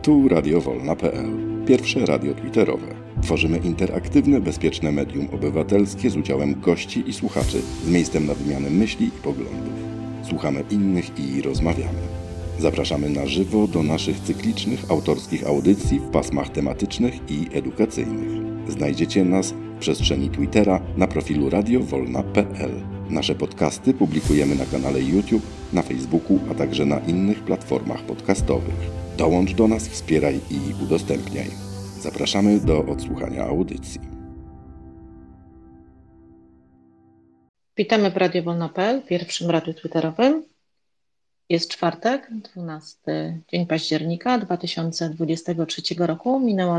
Tu Radio Wolna.pl, pierwsze radio twitterowe. Tworzymy interaktywne, bezpieczne medium obywatelskie z udziałem gości i słuchaczy, z miejscem na wymianę myśli i poglądów. Słuchamy innych i rozmawiamy. Zapraszamy na żywo do naszych cyklicznych, autorskich audycji w pasmach tematycznych i edukacyjnych. Znajdziecie nas w przestrzeni Twittera na profilu radiowolna.pl. Nasze podcasty publikujemy na kanale YouTube, na Facebooku, a także na innych platformach podcastowych. Dołącz do nas, wspieraj i udostępniaj. Zapraszamy do odsłuchania audycji. Witamy w Radio Wolna.pl, pierwszym radiu twitterowym. Jest czwartek, 12 dzień października 2023 roku, minęła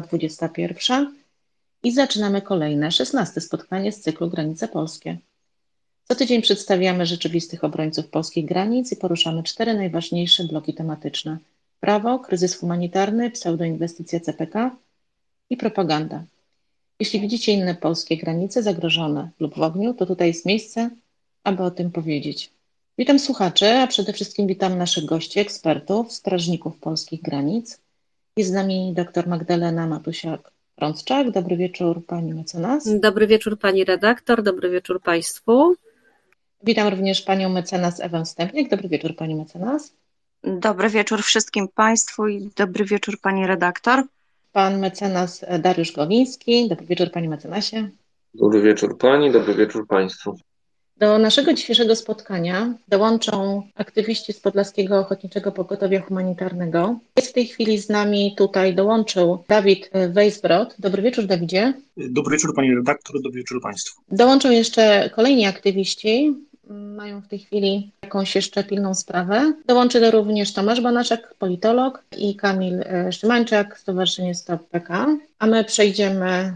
21 i zaczynamy kolejne, 16 spotkanie z cyklu Granice Polskie. Co tydzień przedstawiamy rzeczywistych obrońców polskich granic i poruszamy 4 najważniejsze bloki tematyczne: prawo, kryzys humanitarny, pseudoinwestycje CPK i propaganda. Jeśli widzicie inne polskie granice zagrożone lub w ogniu, to tutaj jest miejsce, aby o tym powiedzieć. Witam słuchaczy, a przede wszystkim witam naszych gości, ekspertów, strażników polskich granic. Jest z nami dr Magdalena Matusiak-Frącczak. Dobry wieczór, pani mecenas. Dobry wieczór, pani redaktor, dobry wieczór państwu. Witam również panią mecenas Ewę Stępniak. Dobry wieczór, pani mecenas. Dobry wieczór wszystkim państwu i dobry wieczór, pani redaktor. Pan mecenas Dariusz Goliński. Dobry wieczór, panie mecenasie. Dobry wieczór pani, dobry wieczór państwu. Do naszego dzisiejszego spotkania dołączą aktywiści z Podlaskiego Ochotniczego Pogotowia Humanitarnego. Jest w tej chwili z nami dołączył Dawid Weisbrod. Dobry wieczór, Dawidzie. Dobry wieczór, pani redaktor, dobry wieczór państwu. Dołączą jeszcze kolejni aktywiści. Mają w tej chwili jakąś jeszcze pilną sprawę. Dołączy również Tomasz Banaszek, politolog, i Kamil Szymańczak, Stowarzyszenie Stop PK. A my przejdziemy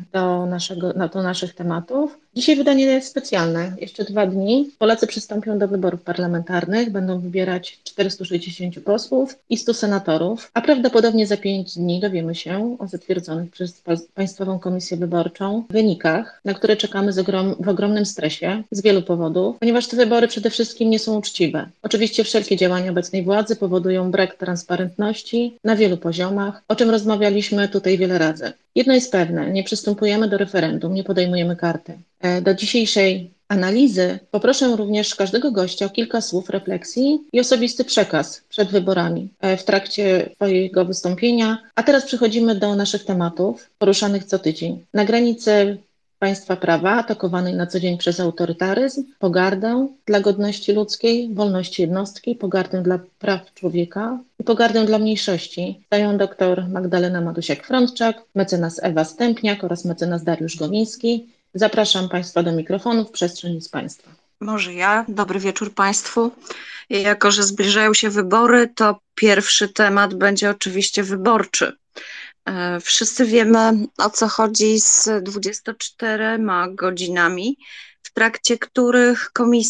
do naszych tematów. Dzisiaj wydanie jest specjalne. Jeszcze 2 dni Polacy przystąpią do wyborów parlamentarnych. Będą wybierać 460 posłów i 100 senatorów, a prawdopodobnie za 5 dni dowiemy się o zatwierdzonych przez Państwową Komisję Wyborczą wynikach, na które czekamy w ogromnym stresie z wielu powodów, ponieważ te wybory przede wszystkim nie są uczciwe. Oczywiście wszelkie działania obecnej władzy powodują brak transparentności na wielu poziomach, o czym rozmawialiśmy tutaj wiele razy. Jedno jest pewne, nie przystępujemy do referendum, nie podejmujemy karty. Do dzisiejszej analizy poproszę również każdego gościa o kilka słów refleksji i osobisty przekaz przed wyborami w trakcie swojego wystąpienia. A teraz przechodzimy do naszych tematów poruszanych co tydzień. Na granicy państwa prawa, atakowanej na co dzień przez autorytaryzm, pogardę dla godności ludzkiej, wolności jednostki, pogardę dla praw człowieka i pogardę dla mniejszości stają dr Magdalena Matusiak-Frącczak, mecenas Ewa Stępniak oraz mecenas Dariusz Goliński. Zapraszam państwa do mikrofonów, przestrzeń jest państwa. Może ja, dobry wieczór państwu. Jako że zbliżają się wybory, to pierwszy temat będzie oczywiście wyborczy. Wszyscy wiemy, o co chodzi z 24 godzinami, w trakcie których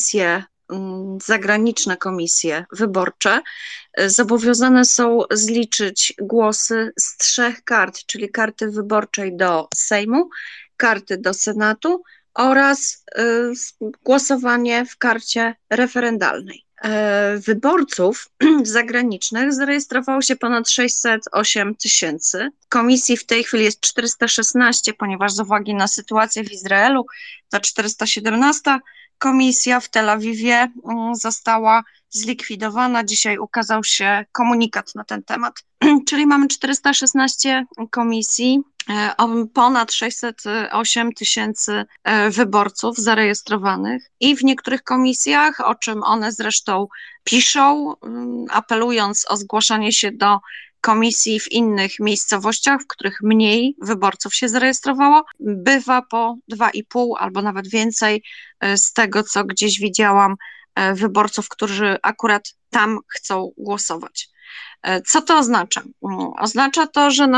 zagraniczne komisje wyborcze zobowiązane są zliczyć głosy z 3 kart, czyli karty wyborczej do Sejmu, karty do Senatu oraz głosowanie w karcie referendalnej. Wyborców zagranicznych zarejestrowało się ponad 608 000. Komisji w tej chwili jest 416, ponieważ z uwagi na sytuację w Izraelu ta 417 komisja w Tel Awiwie została zlikwidowana. Dzisiaj ukazał się komunikat na ten temat, czyli mamy 416 komisji, ponad 608 000 wyborców zarejestrowanych i w niektórych komisjach, o czym one zresztą piszą, apelując o zgłaszanie się do komisji w innych miejscowościach, w których mniej wyborców się zarejestrowało, bywa po 2,5 albo nawet więcej z tego, co gdzieś widziałam, wyborców, którzy akurat tam chcą głosować. Co to oznacza? Oznacza to, że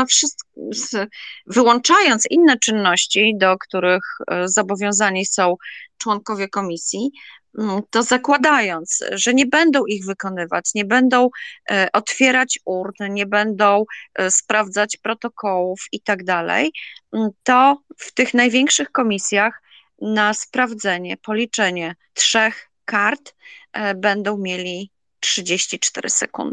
wyłączając inne czynności, do których zobowiązani są członkowie komisji, to zakładając, że nie będą ich wykonywać, nie będą otwierać urn, nie będą sprawdzać protokołów i tak dalej, to w tych największych komisjach na sprawdzenie, policzenie 3 kart będą mieli 34 sekundy.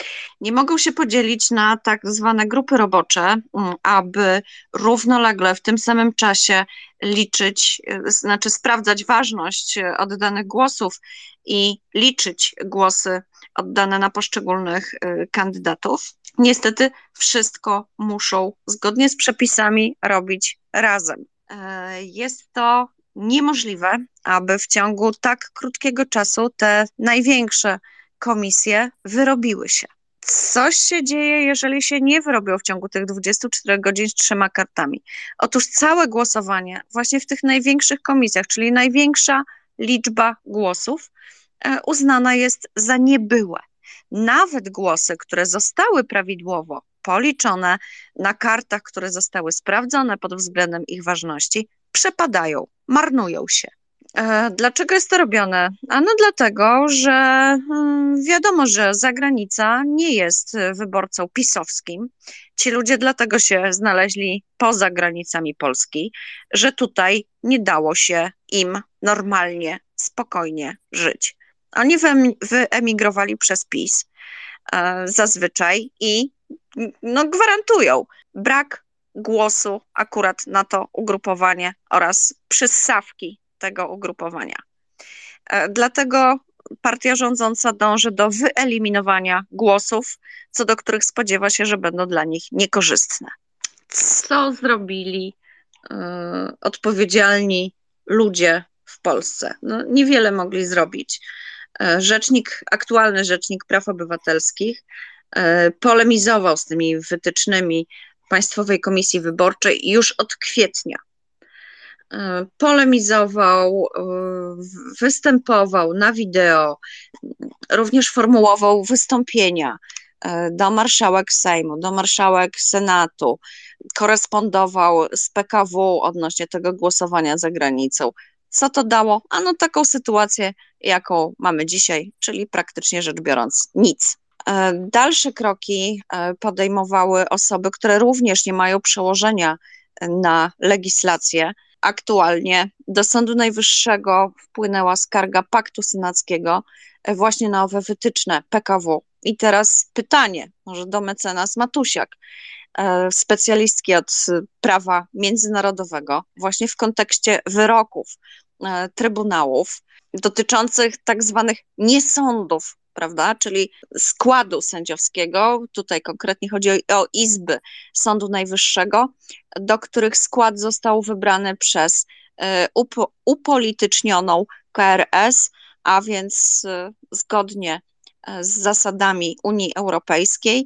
Nie mogą się podzielić na tak zwane grupy robocze, aby równolegle w tym samym czasie liczyć, znaczy sprawdzać ważność oddanych głosów i liczyć głosy oddane na poszczególnych kandydatów. Niestety wszystko muszą zgodnie z przepisami robić razem. Jest to niemożliwe, aby w ciągu tak krótkiego czasu te największe komisje wyrobiły się. Coś się dzieje, jeżeli się nie wyrobią w ciągu tych 24 godzin z 3 kartami. Otóż całe głosowanie właśnie w tych największych komisjach, czyli największa liczba głosów, uznana jest za niebyłe. Nawet głosy, które zostały prawidłowo policzone na kartach, które zostały sprawdzone pod względem ich ważności, przepadają, marnują się. Dlaczego jest to robione? Ano dlatego, że wiadomo, że zagranica nie jest wyborcą pisowskim. Ci ludzie dlatego się znaleźli poza granicami Polski, że tutaj nie dało się im normalnie, spokojnie żyć. Oni wyemigrowali przez PiS zazwyczaj i gwarantują brak głosu akurat na to ugrupowanie oraz przyssawki tego ugrupowania. Dlatego partia rządząca dąży do wyeliminowania głosów, co do których spodziewa się, że będą dla nich niekorzystne. Co zrobili odpowiedzialni ludzie w Polsce? Niewiele mogli zrobić. Aktualny rzecznik praw obywatelskich polemizował z tymi wytycznymi Państwowej Komisji Wyborczej już od kwietnia. Polemizował, występował na wideo, również formułował wystąpienia do marszałek Sejmu, do marszałek Senatu, korespondował z PKW odnośnie tego głosowania za granicą. Co to dało? Ano taką sytuację, jaką mamy dzisiaj, czyli praktycznie rzecz biorąc nic. Dalsze kroki podejmowały osoby, które również nie mają przełożenia na legislację. Aktualnie do Sądu Najwyższego wpłynęła skarga Paktu Senackiego właśnie na owe wytyczne PKW. I teraz pytanie, może do mecenas Matusiak, specjalistki od prawa międzynarodowego, właśnie w kontekście wyroków trybunałów dotyczących tak zwanych niesądów, prawda, czyli składu sędziowskiego, tutaj konkretnie chodzi o izby Sądu Najwyższego, do których skład został wybrany przez upolitycznioną KRS, a więc zgodnie z zasadami Unii Europejskiej,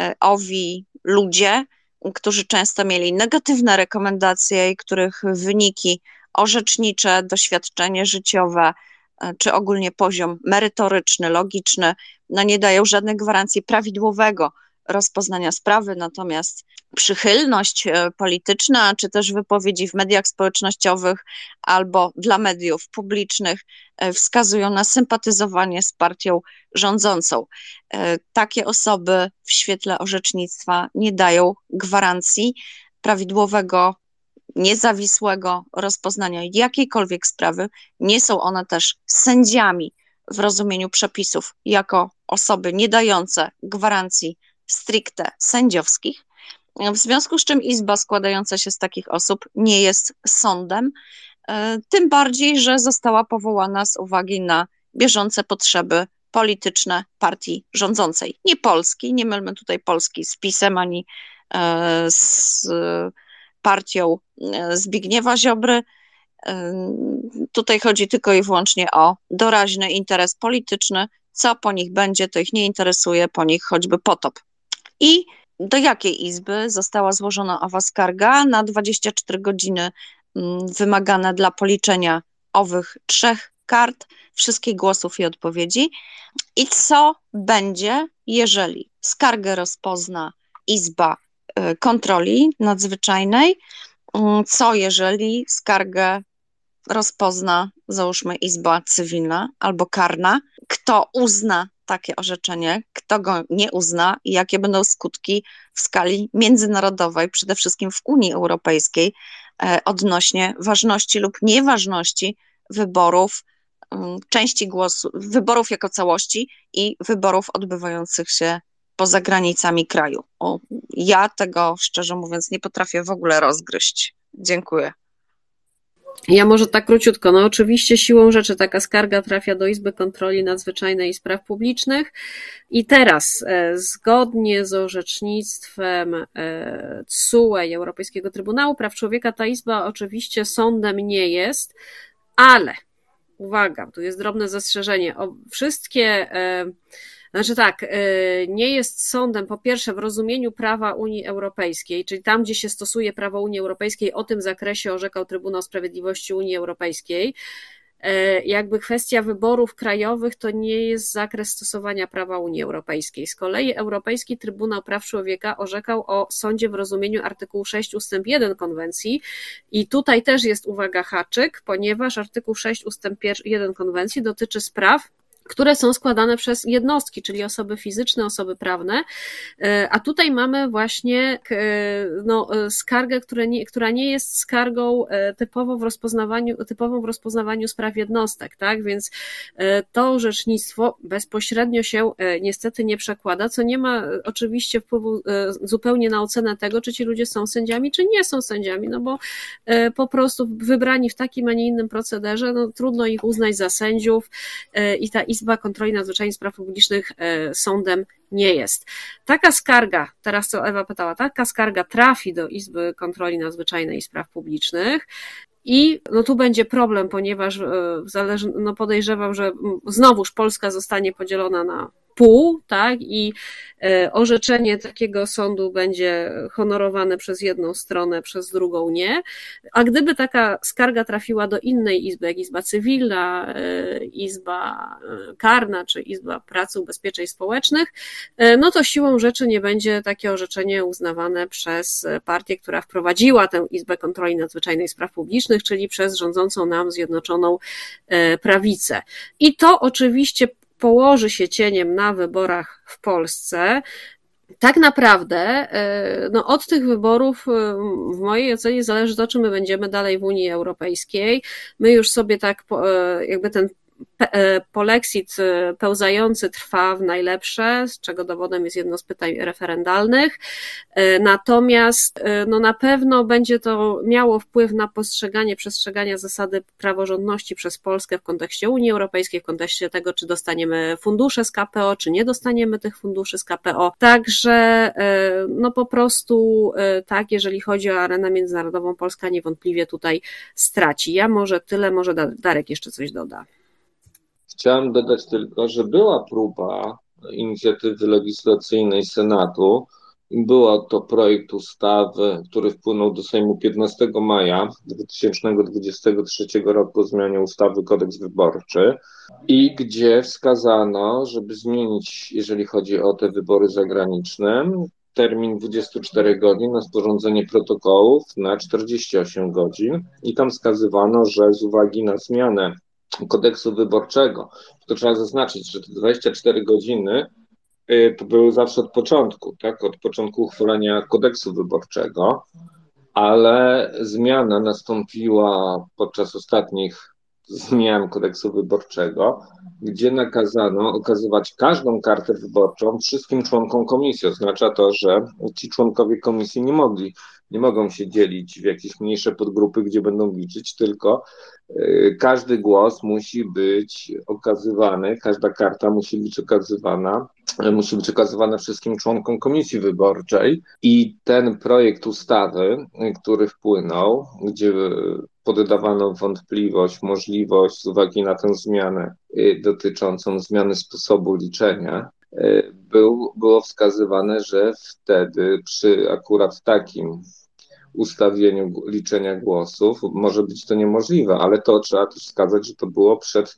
owi ludzie, którzy często mieli negatywne rekomendacje i których wyniki orzecznicze, doświadczenie życiowe, czy ogólnie poziom merytoryczny, logiczny, nie dają żadnej gwarancji prawidłowego rozpoznania sprawy, natomiast przychylność polityczna, czy też wypowiedzi w mediach społecznościowych albo dla mediów publicznych wskazują na sympatyzowanie z partią rządzącą. Takie osoby w świetle orzecznictwa nie dają gwarancji prawidłowego, niezawisłego rozpoznania jakiejkolwiek sprawy. Nie są one też sędziami w rozumieniu przepisów jako osoby nie dające gwarancji stricte sędziowskich, w związku z czym izba składająca się z takich osób nie jest sądem, tym bardziej, że została powołana z uwagi na bieżące potrzeby polityczne partii rządzącej. Nie Polski, nie mylmy tutaj Polski z PiS-em ani z partią Zbigniewa Ziobry. Tutaj chodzi tylko i wyłącznie o doraźny interes polityczny. Co po nich będzie, to ich nie interesuje, po nich choćby potop. I do jakiej izby została złożona owa skarga na 24 godziny wymagane dla policzenia owych 3 kart, wszystkich głosów i odpowiedzi? I co będzie, jeżeli skargę rozpozna Izba Kontroli Nadzwyczajnej? Co jeżeli skargę rozpozna, załóżmy, Izba Cywilna albo Karna? Kto uzna takie orzeczenie, kto go nie uzna i jakie będą skutki w skali międzynarodowej, przede wszystkim w Unii Europejskiej, odnośnie ważności lub nieważności wyborów, części głosu, wyborów jako całości i wyborów odbywających się poza granicami kraju. Ja tego, szczerze mówiąc, nie potrafię w ogóle rozgryźć. Dziękuję. Ja może tak króciutko. No oczywiście siłą rzeczy taka skarga trafia do Izby Kontroli Nadzwyczajnej i Spraw Publicznych i teraz zgodnie z orzecznictwem TSUE i Europejskiego Trybunału Praw Człowieka ta Izba oczywiście sądem nie jest, ale uwaga, tu jest drobne zastrzeżenie. Znaczy tak, nie jest sądem po pierwsze w rozumieniu prawa Unii Europejskiej, czyli tam, gdzie się stosuje prawo Unii Europejskiej, o tym zakresie orzekał Trybunał Sprawiedliwości Unii Europejskiej. Jakby kwestia wyborów krajowych to nie jest zakres stosowania prawa Unii Europejskiej. Z kolei Europejski Trybunał Praw Człowieka orzekał o sądzie w rozumieniu artykułu 6 ustęp 1 konwencji i tutaj też jest, uwaga, haczyk, ponieważ artykuł 6 ustęp 1 konwencji dotyczy spraw, które są składane przez jednostki, czyli osoby fizyczne, osoby prawne, a tutaj mamy właśnie skargę, która nie jest skargą typową w rozpoznawaniu spraw jednostek, tak, więc to orzecznictwo bezpośrednio się niestety nie przekłada, co nie ma oczywiście wpływu zupełnie na ocenę tego, czy ci ludzie są sędziami, czy nie są sędziami, no bo po prostu wybrani w takim, a nie innym procederze, no trudno ich uznać za sędziów i ta Izba Kontroli Nadzwyczajnej i Spraw Publicznych sądem nie jest. Taka skarga, teraz co Ewa pytała, taka skarga trafi do Izby Kontroli Nadzwyczajnej i Spraw Publicznych i no tu będzie problem, ponieważ podejrzewam, że znowuż Polska zostanie podzielona na pół, tak, i orzeczenie takiego sądu będzie honorowane przez jedną stronę, przez drugą nie. A gdyby taka skarga trafiła do innej izby, jak Izba Cywilna, Izba Karna czy Izba Pracy, Ubezpieczeń Społecznych, no to siłą rzeczy nie będzie takie orzeczenie uznawane przez partię, która wprowadziła tę Izbę Kontroli Nadzwyczajnej i Spraw Publicznych, czyli przez rządzącą nam Zjednoczoną Prawicę. I to oczywiście położy się cieniem na wyborach w Polsce. Tak naprawdę od tych wyborów w mojej ocenie zależy to, czy my będziemy dalej w Unii Europejskiej. My już sobie tak jakby ten polexit pełzający trwa w najlepsze, z czego dowodem jest jedno z pytań referendalnych. Natomiast na pewno będzie to miało wpływ na przestrzegania zasady praworządności przez Polskę w kontekście Unii Europejskiej, w kontekście tego, czy dostaniemy fundusze z KPO, czy nie dostaniemy tych funduszy z KPO. Także po prostu tak, jeżeli chodzi o arenę międzynarodową, Polska niewątpliwie tutaj straci. Ja może tyle, może Darek jeszcze coś doda. Chciałem dodać tylko, że była próba inicjatywy legislacyjnej Senatu. Był to projekt ustawy, który wpłynął do Sejmu 15 maja 2023 roku o zmianie ustawy Kodeks Wyborczy i gdzie wskazano, żeby zmienić, jeżeli chodzi o te wybory zagraniczne, termin 24 godzin na sporządzenie protokołów na 48 godzin i tam wskazywano, że z uwagi na zmianę kodeksu wyborczego, to trzeba zaznaczyć, że te 24 godziny to były zawsze od początku, tak, od początku uchwalenia kodeksu wyborczego, ale zmiana nastąpiła podczas ostatnich zmian kodeksu wyborczego, gdzie nakazano okazywać każdą kartę wyborczą wszystkim członkom komisji. Oznacza to, że ci członkowie komisji nie mogą się dzielić w jakieś mniejsze podgrupy, gdzie będą liczyć, tylko każdy głos musi być okazywany, każda karta musi być okazywana wszystkim członkom komisji wyborczej i ten projekt ustawy, który wpłynął, gdzie poddawano wątpliwość, możliwość z uwagi na tę zmianę dotyczącą zmiany sposobu liczenia, było wskazywane, że wtedy przy akurat takim ustawieniu liczenia głosów może być to niemożliwe, ale to trzeba też wskazać, że to było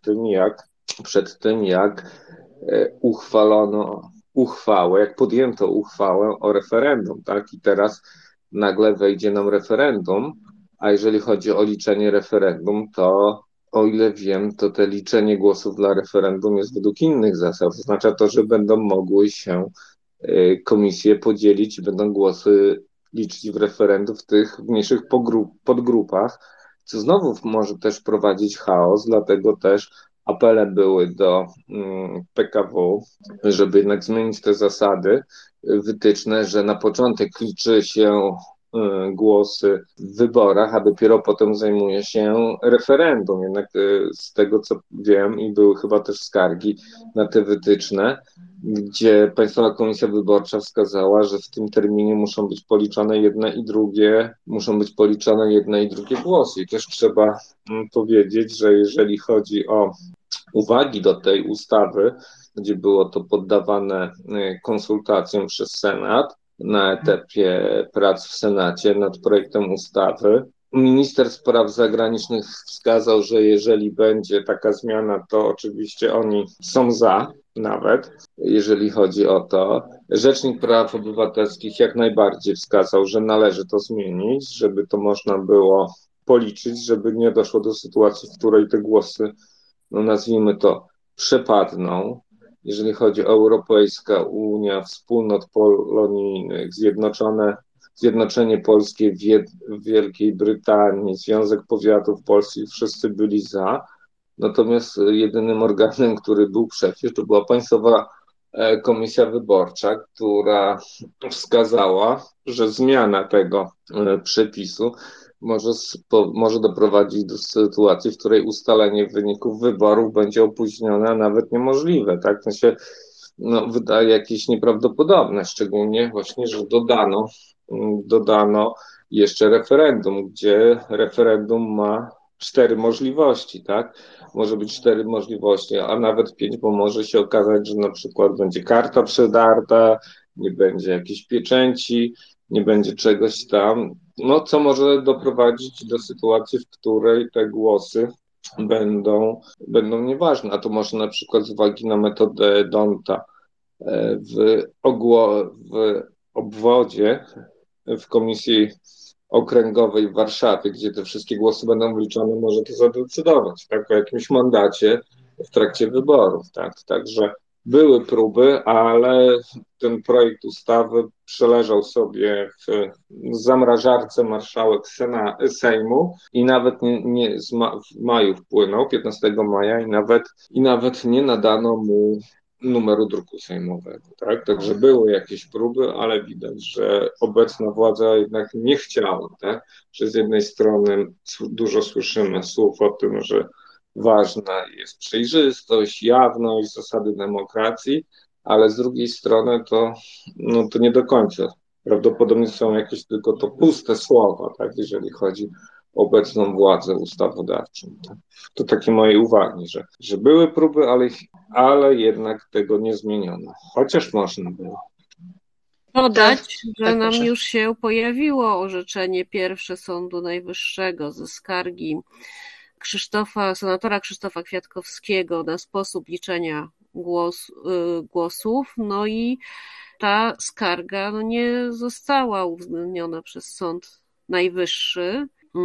przed tym jak uchwalono uchwałę, jak podjęto uchwałę o referendum, tak? I teraz nagle wejdzie nam referendum, a jeżeli chodzi o liczenie referendum, to o ile wiem, to te liczenie głosów dla referendum jest według innych zasad. Oznacza to, że będą mogły się komisje podzielić i będą głosy liczyć w referendum w tych mniejszych podgrupach, co znowu może też prowadzić chaos, dlatego też apele były do PKW, żeby jednak zmienić te zasady, wytyczne, że na początek liczy się głosy w wyborach, a dopiero potem zajmuje się referendum. Jednak z tego, co wiem, i były chyba też skargi na te wytyczne, gdzie Państwowa Komisja Wyborcza wskazała, że w tym terminie muszą być policzone jedne i drugie głosy. I też trzeba powiedzieć, że jeżeli chodzi o uwagi do tej ustawy, gdzie było to poddawane konsultacjom przez Senat na etapie prac w Senacie nad projektem ustawy. Minister spraw zagranicznych wskazał, że jeżeli będzie taka zmiana, to oczywiście oni są za, nawet jeżeli chodzi o to. Rzecznik Praw Obywatelskich jak najbardziej wskazał, że należy to zmienić, żeby to można było policzyć, żeby nie doszło do sytuacji, w której te głosy, no nazwijmy to, przepadną. Jeżeli chodzi o Europejska Unia Wspólnot Polonijnych, Zjednoczenie Polskie w Wielkiej Brytanii, Związek Powiatów Polskich, wszyscy byli za. Natomiast jedynym organem, który był przeciw, to była Państwowa Komisja Wyborcza, która wskazała, że zmiana tego przepisu może doprowadzić do sytuacji, w której ustalenie wyników wyborów będzie opóźnione, a nawet niemożliwe. Tak? To się wydaje jakieś nieprawdopodobne, szczególnie właśnie, że dodano jeszcze referendum, gdzie referendum ma 4 możliwości, tak? Może być 4 możliwości, a nawet 5, bo może się okazać, że na przykład będzie karta przedarta, nie będzie jakiejś pieczęci, nie będzie czegoś tam, no co może doprowadzić do sytuacji, w której te głosy będą nieważne, a to może na przykład z uwagi na metodę D'Hondta w obwodzie, w Komisji Okręgowej w Warszawie, gdzie te wszystkie głosy będą wliczone, może to zadecydować, tak, o jakimś mandacie w trakcie wyborów, tak, także były próby, ale ten projekt ustawy przeleżał sobie w zamrażarce marszałek Sejmu i nawet w maju wpłynął, 15 maja i nawet nie nadano mu numeru druku sejmowego, tak? Także były jakieś próby, ale widać, że obecna władza jednak nie chciała, tak? Że z jednej strony dużo słyszymy słów o tym, że ważna jest przejrzystość, jawność, zasady demokracji, ale z drugiej strony to nie do końca. Prawdopodobnie są jakieś tylko to puste słowa, tak? Jeżeli chodzi o obecną władzę ustawodawczą. Tak? To takie moje uwagi, że były próby, ale jednak tego nie zmieniono. Chociaż można było. Dodać, że tak, nam proszę. już się pojawiło orzeczenie pierwsze Sądu Najwyższego ze skargi senatora Krzysztofa Kwiatkowskiego na sposób liczenia głosów, no i ta skarga nie została uwzględniona przez Sąd Najwyższy.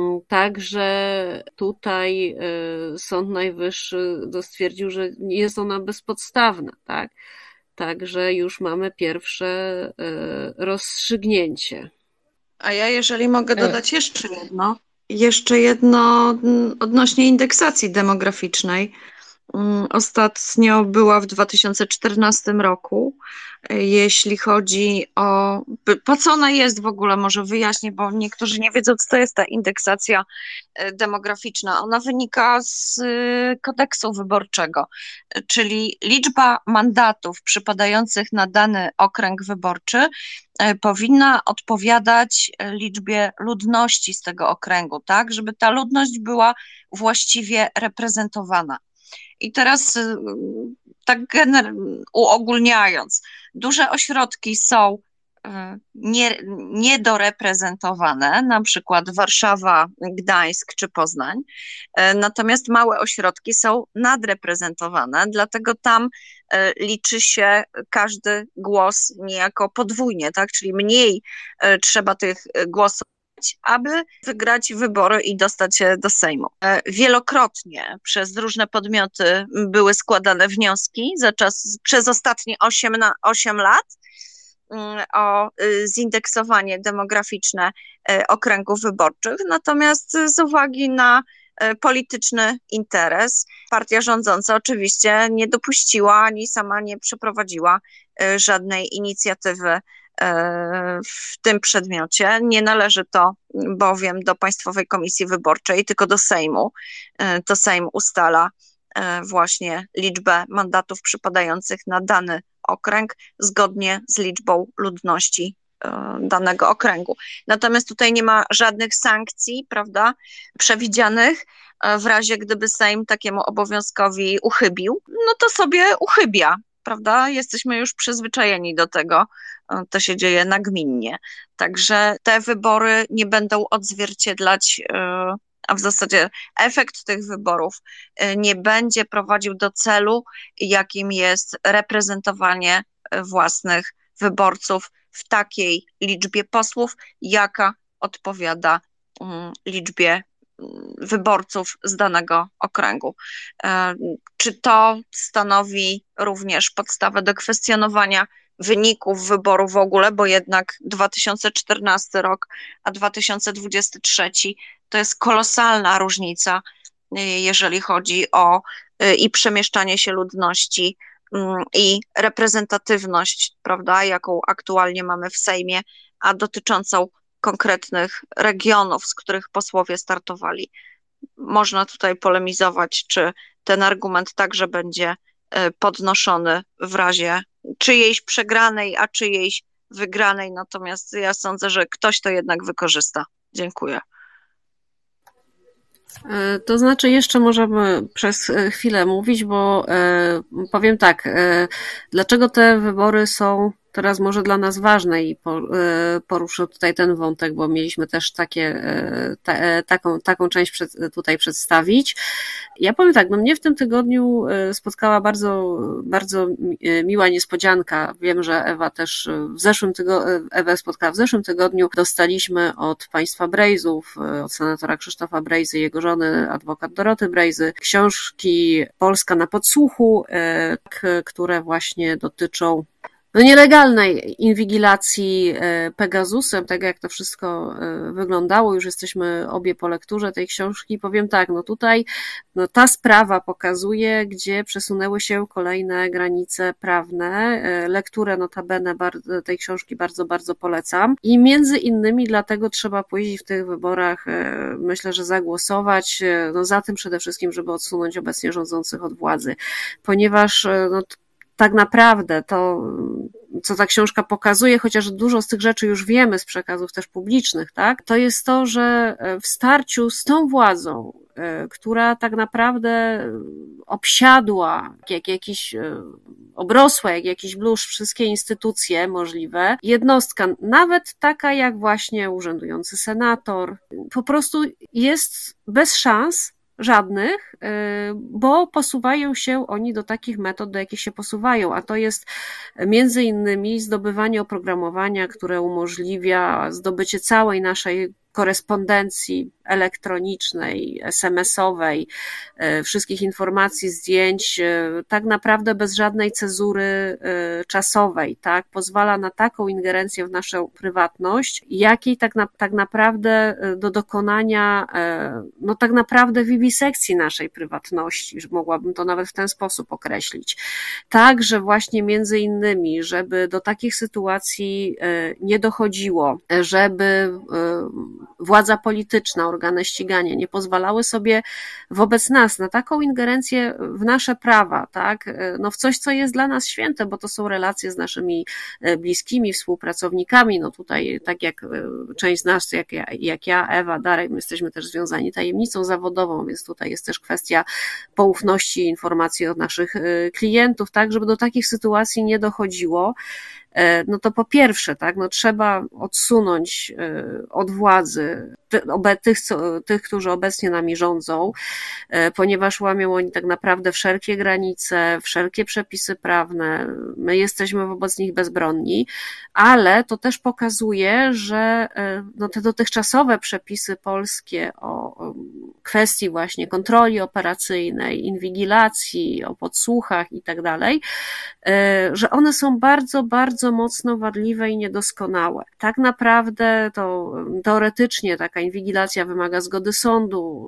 Także tutaj Sąd Najwyższy stwierdził, że jest ona bezpodstawna, tak? Także już mamy pierwsze rozstrzygnięcie. A ja, jeżeli mogę dodać jeszcze jedno odnośnie indeksacji demograficznej. Ostatnio była w 2014 roku. Jeśli chodzi o... Po co ona jest w ogóle, może wyjaśnię, bo niektórzy nie wiedzą, co to jest ta indeksacja demograficzna. Ona wynika z kodeksu wyborczego, czyli liczba mandatów przypadających na dany okręg wyborczy powinna odpowiadać liczbie ludności z tego okręgu, tak, żeby ta ludność była właściwie reprezentowana. I teraz tak uogólniając, duże ośrodki są niedoreprezentowane, na przykład Warszawa, Gdańsk czy Poznań, natomiast małe ośrodki są nadreprezentowane, dlatego tam liczy się każdy głos niejako podwójnie, tak? Czyli mniej trzeba tych głosów, aby wygrać wybory i dostać się do Sejmu. Wielokrotnie przez różne podmioty były składane wnioski przez ostatnie 8 lat o zindeksowanie demograficzne okręgów wyborczych, natomiast z uwagi na polityczny interes. Partia rządząca oczywiście nie dopuściła ani sama nie przeprowadziła żadnej inicjatywy w tym przedmiocie. Nie należy to bowiem do Państwowej Komisji Wyborczej, tylko do Sejmu. To Sejm ustala właśnie liczbę mandatów przypadających na dany okręg zgodnie z liczbą ludności danego okręgu. Natomiast tutaj nie ma żadnych sankcji, prawda, przewidzianych w razie, gdyby Sejm takiemu obowiązkowi uchybił, no to sobie uchybia, prawda? Jesteśmy już przyzwyczajeni do tego, to się dzieje nagminnie. Także te wybory nie będą odzwierciedlać, a w zasadzie efekt tych wyborów nie będzie prowadził do celu, jakim jest reprezentowanie własnych wyborców w takiej liczbie posłów, jaka odpowiada liczbie wyborców z danego okręgu. Czy to stanowi również podstawę do kwestionowania wyników wyboru w ogóle, bo jednak 2014 rok, a 2023 to jest kolosalna różnica, jeżeli chodzi o i przemieszczanie się ludności, i reprezentatywność, prawda, jaką aktualnie mamy w Sejmie, a dotyczącą konkretnych regionów, z których posłowie startowali. Można tutaj polemizować, czy ten argument także będzie podnoszony w razie czyjejś przegranej, a czyjejś wygranej, natomiast ja sądzę, że ktoś to jednak wykorzysta. Dziękuję. To znaczy jeszcze możemy przez chwilę mówić, bo powiem tak, dlaczego te wybory są teraz może dla nas ważne i poruszę tutaj ten wątek, bo mieliśmy też taką część tutaj przedstawić. Ja powiem tak, no mnie w tym tygodniu spotkała bardzo, bardzo miła niespodzianka. Wiem, że Ewa też Ewę spotkała w zeszłym tygodniu. Dostaliśmy od państwa Brejzów, od senatora Krzysztofa Brejzy i jego żony, adwokat Doroty Brejzy, książki Polska na podsłuchu, które właśnie dotyczą nielegalnej inwigilacji Pegasusem, tak jak to wszystko wyglądało. Już jesteśmy obie po lekturze tej książki. Powiem tak, no tutaj ta sprawa pokazuje, gdzie przesunęły się kolejne granice prawne. Lekturę notabene tej książki bardzo, bardzo polecam. I między innymi dlatego trzeba pójść w tych wyborach, myślę, że zagłosować, za tym przede wszystkim, żeby odsunąć obecnie rządzących od władzy. Ponieważ tak naprawdę to, co ta książka pokazuje, chociaż dużo z tych rzeczy już wiemy z przekazów też publicznych, tak, to jest to, że w starciu z tą władzą, która tak naprawdę obsiadła, obrosła jak jakiś bluszcz wszystkie instytucje możliwe, jednostka, nawet taka jak właśnie urzędujący senator, po prostu jest bez szans żadnych, bo posuwają się oni do takich metod, do jakich się posuwają, a to jest między innymi zdobywanie oprogramowania, które umożliwia zdobycie całej naszej korespondencji elektronicznej, SMS-owej, wszystkich informacji, zdjęć, tak naprawdę bez żadnej cezury czasowej, tak? Pozwala na taką ingerencję w naszą prywatność, jakiej tak naprawdę do dokonania, tak naprawdę wiwisekcji naszej prywatności, że mogłabym to nawet w ten sposób określić. Tak, że właśnie między innymi, żeby do takich sytuacji nie dochodziło, żeby władza polityczna, organy ścigania nie pozwalały sobie wobec nas na taką ingerencję w nasze prawa, tak, w coś, co jest dla nas święte, bo to są relacje z naszymi bliskimi, współpracownikami, tutaj tak jak część z nas, jak ja, Ewa, Darek, my jesteśmy też związani tajemnicą zawodową, więc tutaj jest też kwestia poufności informacji od naszych klientów, tak, żeby do takich sytuacji nie dochodziło. To po pierwsze, tak, trzeba odsunąć od władzy tych, którzy obecnie nami rządzą, ponieważ łamią oni tak naprawdę wszelkie granice, wszelkie przepisy prawne, my jesteśmy wobec nich bezbronni, ale to też pokazuje, że te dotychczasowe przepisy polskie o kwestii właśnie kontroli operacyjnej, inwigilacji, o podsłuchach i tak dalej, że one są bardzo, bardzo mocno wadliwe i niedoskonałe. Tak naprawdę to teoretycznie taka inwigilacja wymaga zgody sądu,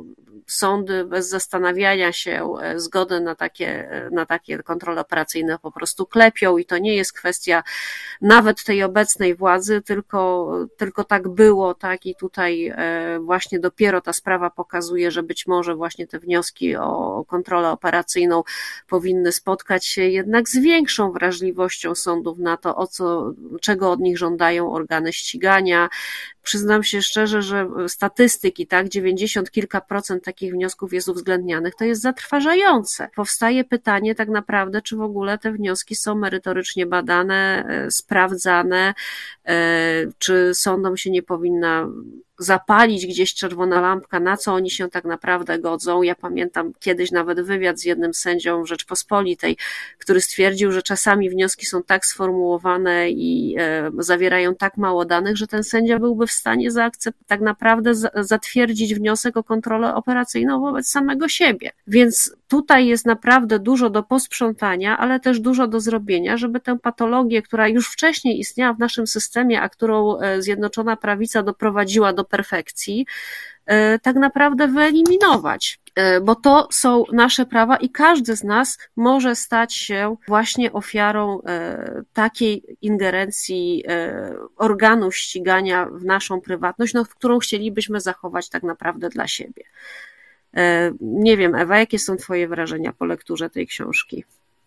sądy bez zastanawiania się zgody na takie kontrole operacyjne po prostu klepią i to nie jest kwestia nawet tej obecnej władzy, tylko tak było, tak i tutaj właśnie dopiero ta sprawa pokazuje, że być może właśnie te wnioski o kontrolę operacyjną powinny spotkać się jednak z większą wrażliwością sądów na to, czego od nich żądają organy ścigania. Przyznam się szczerze, że statystyki, tak, 90 kilka procent takich wniosków jest uwzględnianych, to jest zatrważające. Powstaje pytanie tak naprawdę, czy w ogóle te wnioski są merytorycznie badane, sprawdzane, czy sądom się nie powinna zapalić gdzieś czerwona lampka, na co oni się tak naprawdę godzą. Ja pamiętam kiedyś nawet wywiad z jednym sędzią Rzeczpospolitej, który stwierdził, że czasami wnioski są tak sformułowane i zawierają tak mało danych, że ten sędzia byłby w stanie tak naprawdę zatwierdzić wniosek o kontrolę operacyjną wobec samego siebie. Więc tutaj jest naprawdę dużo do posprzątania, ale też dużo do zrobienia, żeby tę patologię, która już wcześniej istniała w naszym systemie, a którą Zjednoczona Prawica doprowadziła do perfekcji, tak naprawdę wyeliminować, bo to są nasze prawa i każdy z nas może stać się właśnie ofiarą takiej ingerencji organów ścigania w naszą prywatność, którą chcielibyśmy zachować tak naprawdę dla siebie. Nie wiem, Ewa, jakie są twoje wrażenia po lekturze tej książki?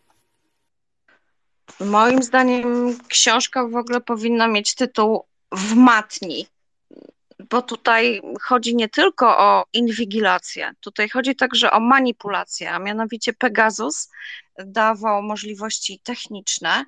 Moim zdaniem książka w ogóle powinna mieć tytuł W matni, bo tutaj chodzi nie tylko o inwigilację, tutaj chodzi także o manipulację, a mianowicie Pegasus dawał możliwości techniczne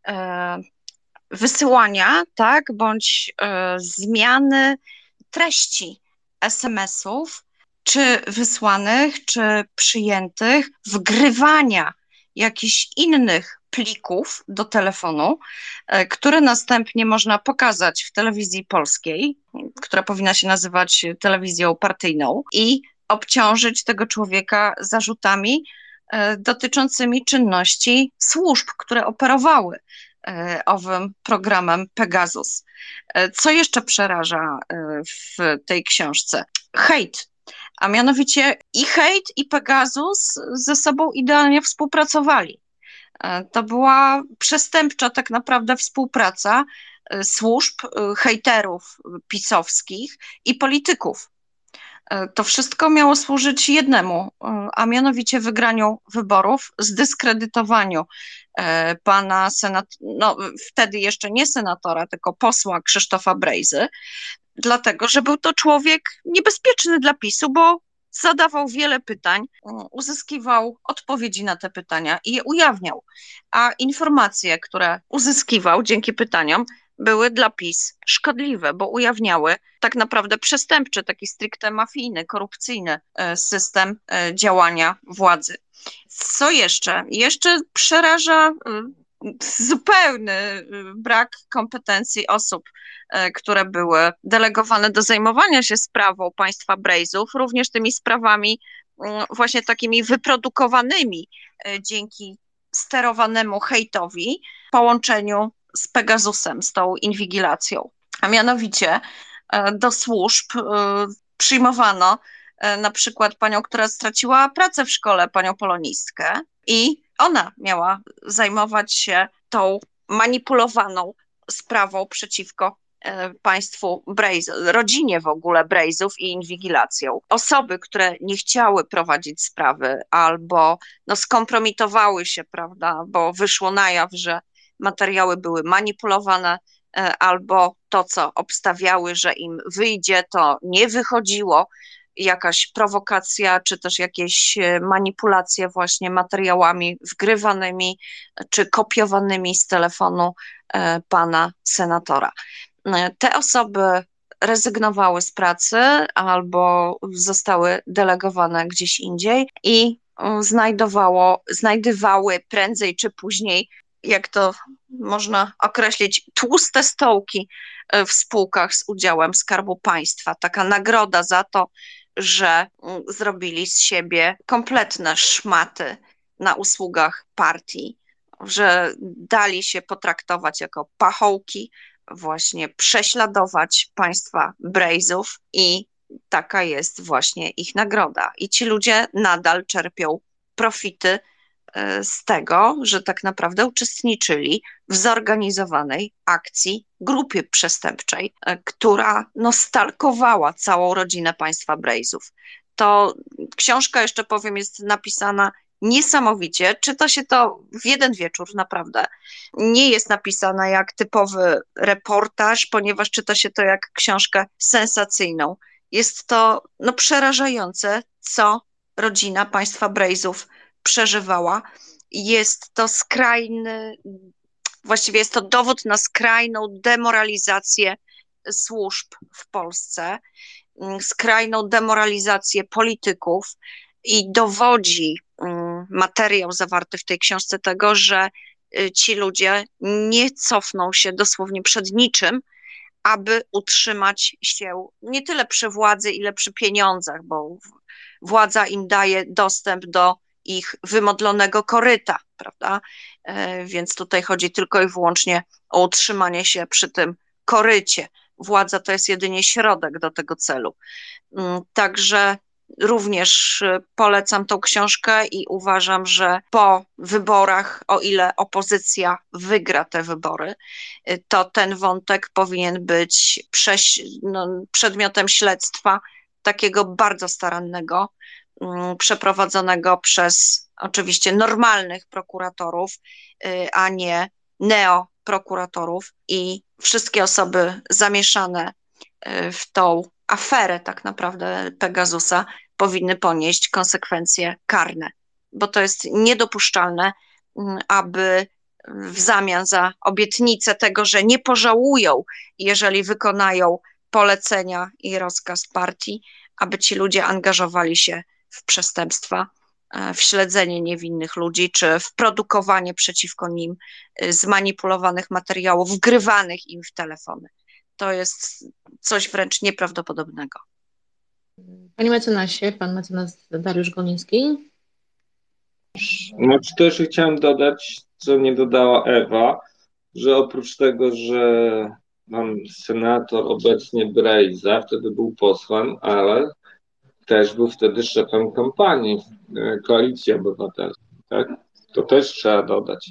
wysyłania, tak, bądź zmiany treści SMS-ów, czy wysłanych, czy przyjętych, wgrywania jakichś innych plików do telefonu, które następnie można pokazać w telewizji polskiej, która powinna się nazywać telewizją partyjną, i obciążyć tego człowieka zarzutami dotyczącymi czynności służb, które operowały owym programem Pegasus. Co jeszcze przeraża w tej książce? Hejt. A mianowicie i hejt, i Pegasus ze sobą idealnie współpracowali. To była przestępcza tak naprawdę współpraca służb, hejterów pisowskich i polityków. To wszystko miało służyć jednemu, a mianowicie wygraniu wyborów, zdyskredytowaniu pana wtedy jeszcze nie senatora, tylko posła Krzysztofa Brejzy, dlatego, że był to człowiek niebezpieczny dla PiS-u, bo zadawał wiele pytań, uzyskiwał odpowiedzi na te pytania i je ujawniał. A informacje, które uzyskiwał dzięki pytaniom, były dla PiS szkodliwe, bo ujawniały tak naprawdę przestępczy, taki stricte mafijny, korupcyjny system działania władzy. Co jeszcze? Jeszcze przeraża zupełny brak kompetencji osób, które były delegowane do zajmowania się sprawą państwa Brejzów, również tymi sprawami właśnie takimi wyprodukowanymi dzięki sterowanemu hejtowi w połączeniu z Pegasusem, z tą inwigilacją. A mianowicie do służb przyjmowano na przykład panią, która straciła pracę w szkole, panią polonistkę, i ona miała zajmować się tą manipulowaną sprawą przeciwko państwu Brejzów, rodzinie w ogóle Brejzów i inwigilacją. Osoby, które nie chciały prowadzić sprawy albo skompromitowały się, prawda, bo wyszło na jaw, że materiały były manipulowane, albo to, co obstawiały, że im wyjdzie, to nie wychodziło, jakaś prowokacja, czy też jakieś manipulacje właśnie materiałami wgrywanymi, czy kopiowanymi z telefonu pana senatora. Te osoby rezygnowały z pracy albo zostały delegowane gdzieś indziej i znajdywały prędzej czy później, jak to można określić, tłuste stołki w spółkach z udziałem Skarbu Państwa. Taka nagroda za to, że zrobili z siebie kompletne szmaty na usługach partii, że dali się potraktować jako pachołki, właśnie prześladować państwa Brejzów i taka jest właśnie ich nagroda. I ci ludzie nadal czerpią profity z tego, że tak naprawdę uczestniczyli w zorganizowanej akcji grupie przestępczej, która stalkowała całą rodzinę państwa Brejzów. To książka, jeszcze powiem, jest napisana niesamowicie. Czyta się to w jeden wieczór, naprawdę. Nie jest napisana jak typowy reportaż, ponieważ czyta się to jak książkę sensacyjną. Jest to przerażające, co rodzina państwa Brejzów przeżywała. Jest to właściwie jest to dowód na skrajną demoralizację służb w Polsce, skrajną demoralizację polityków i dowodzi materiał zawarty w tej książce tego, że ci ludzie nie cofną się dosłownie przed niczym, aby utrzymać się nie tyle przy władzy, ile przy pieniądzach, bo władza im daje dostęp do ich wymodlonego koryta, prawda? Więc tutaj chodzi tylko i wyłącznie o utrzymanie się przy tym korycie. Władza to jest jedynie środek do tego celu. Także również polecam tą książkę i uważam, że po wyborach, o ile opozycja wygra te wybory, to ten wątek powinien być przedmiotem śledztwa takiego bardzo starannego, przeprowadzonego przez oczywiście normalnych prokuratorów, a nie neoprokuratorów, i wszystkie osoby zamieszane w tą aferę tak naprawdę Pegasusa powinny ponieść konsekwencje karne, bo to jest niedopuszczalne, aby w zamian za obietnicę tego, że nie pożałują, jeżeli wykonają polecenia i rozkaz partii, aby ci ludzie angażowali się w przestępstwa, w śledzenie niewinnych ludzi, czy w produkowanie przeciwko nim zmanipulowanych materiałów, wgrywanych im w telefony. To jest coś wręcz nieprawdopodobnego. Panie mecenasie, pan mecenas Dariusz Goliński. Też chciałem dodać, co nie dodała Ewa, że oprócz tego, że pan senator obecnie Brejza wtedy był posłem, ale też był wtedy szefem kampanii Koalicji Obywatelskiej, tak? To też trzeba dodać.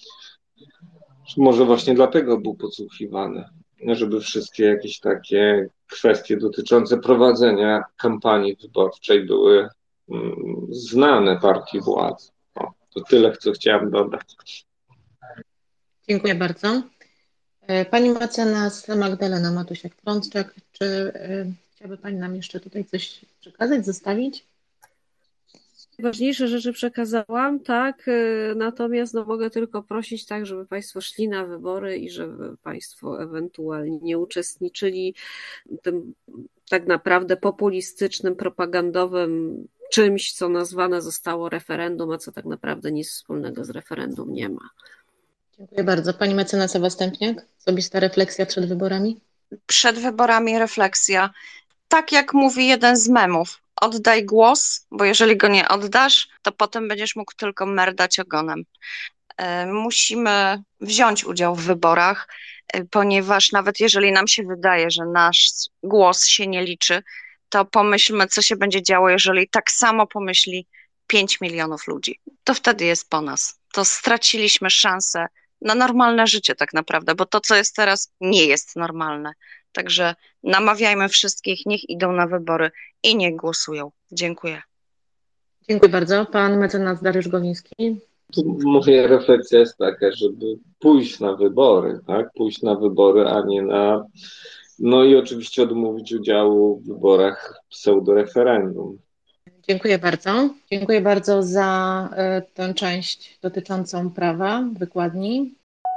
Może właśnie dlatego był podsłuchiwany, żeby wszystkie jakieś takie kwestie dotyczące prowadzenia kampanii wyborczej były znane partii władzy. To tyle, co chciałem dodać. Dziękuję bardzo. Pani mecenas Magdalena Matusiak-Frączak, czy chciałaby Pani nam jeszcze tutaj coś przekazać, zostawić? Ważniejsze rzeczy przekazałam, tak, natomiast mogę tylko prosić tak, żeby Państwo szli na wybory i żeby Państwo ewentualnie nie uczestniczyli w tym tak naprawdę populistycznym, propagandowym czymś, co nazwane zostało referendum, a co tak naprawdę nic wspólnego z referendum nie ma. Dziękuję bardzo. Pani mecenas Ewa Stępniak, osobista refleksja przed wyborami? Przed wyborami refleksja. Tak jak mówi jeden z memów, oddaj głos, bo jeżeli go nie oddasz, to potem będziesz mógł tylko merdać ogonem. Musimy wziąć udział w wyborach, ponieważ nawet jeżeli nam się wydaje, że nasz głos się nie liczy, to pomyślmy, co się będzie działo, jeżeli tak samo pomyśli 5 milionów ludzi. To wtedy jest po nas. To straciliśmy szansę na normalne życie tak naprawdę, bo to, co jest teraz, nie jest normalne. Także namawiajmy wszystkich, niech idą na wybory i niech głosują. Dziękuję. Dziękuję bardzo. Pan mecenas Dariusz Goliński. Moja refleksja jest taka, żeby pójść na wybory, tak? Pójść na wybory, a nie na... No i oczywiście odmówić udziału w wyborach pseudoreferendum. Dziękuję bardzo. Dziękuję bardzo za tę część dotyczącą prawa, wykładni.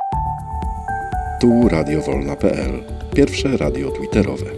Tu radiowolna.pl, pierwsze radio twitterowe.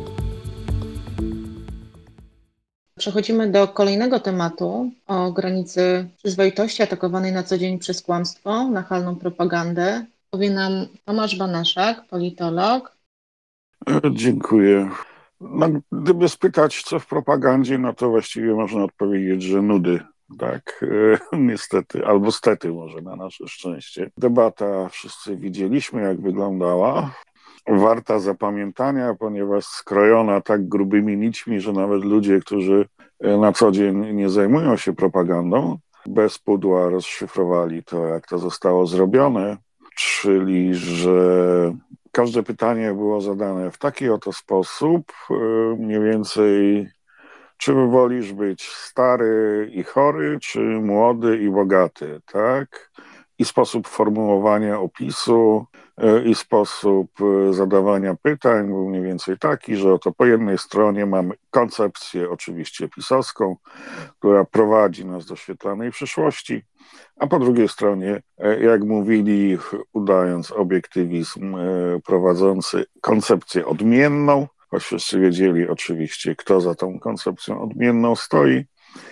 Przechodzimy do kolejnego tematu o granicy przyzwoitości atakowanej na co dzień przez kłamstwo, nachalną propagandę. Powie nam Tomasz Banaszak, politolog. Dziękuję. Gdyby spytać, co w propagandzie, no to właściwie można odpowiedzieć, że nudy. Tak, niestety, albo stety może na nasze szczęście. Debata wszyscy widzieliśmy, jak wyglądała. warta zapamiętania, ponieważ skrojona tak grubymi nićmi, że nawet ludzie, którzy na co dzień nie zajmują się propagandą, bez pudła rozszyfrowali to, jak to zostało zrobione, czyli że każde pytanie było zadane w taki oto sposób, mniej więcej, czy wolisz być stary i chory, czy młody i bogaty, tak? I sposób formułowania opisu, i sposób zadawania pytań był mniej więcej taki, że oto po jednej stronie mamy koncepcję oczywiście pisowską, która prowadzi nas do świetlanej przyszłości, a po drugiej stronie, jak mówili, udając obiektywizm, prowadzący koncepcję odmienną, choć wszyscy wiedzieli oczywiście, kto za tą koncepcją odmienną stoi,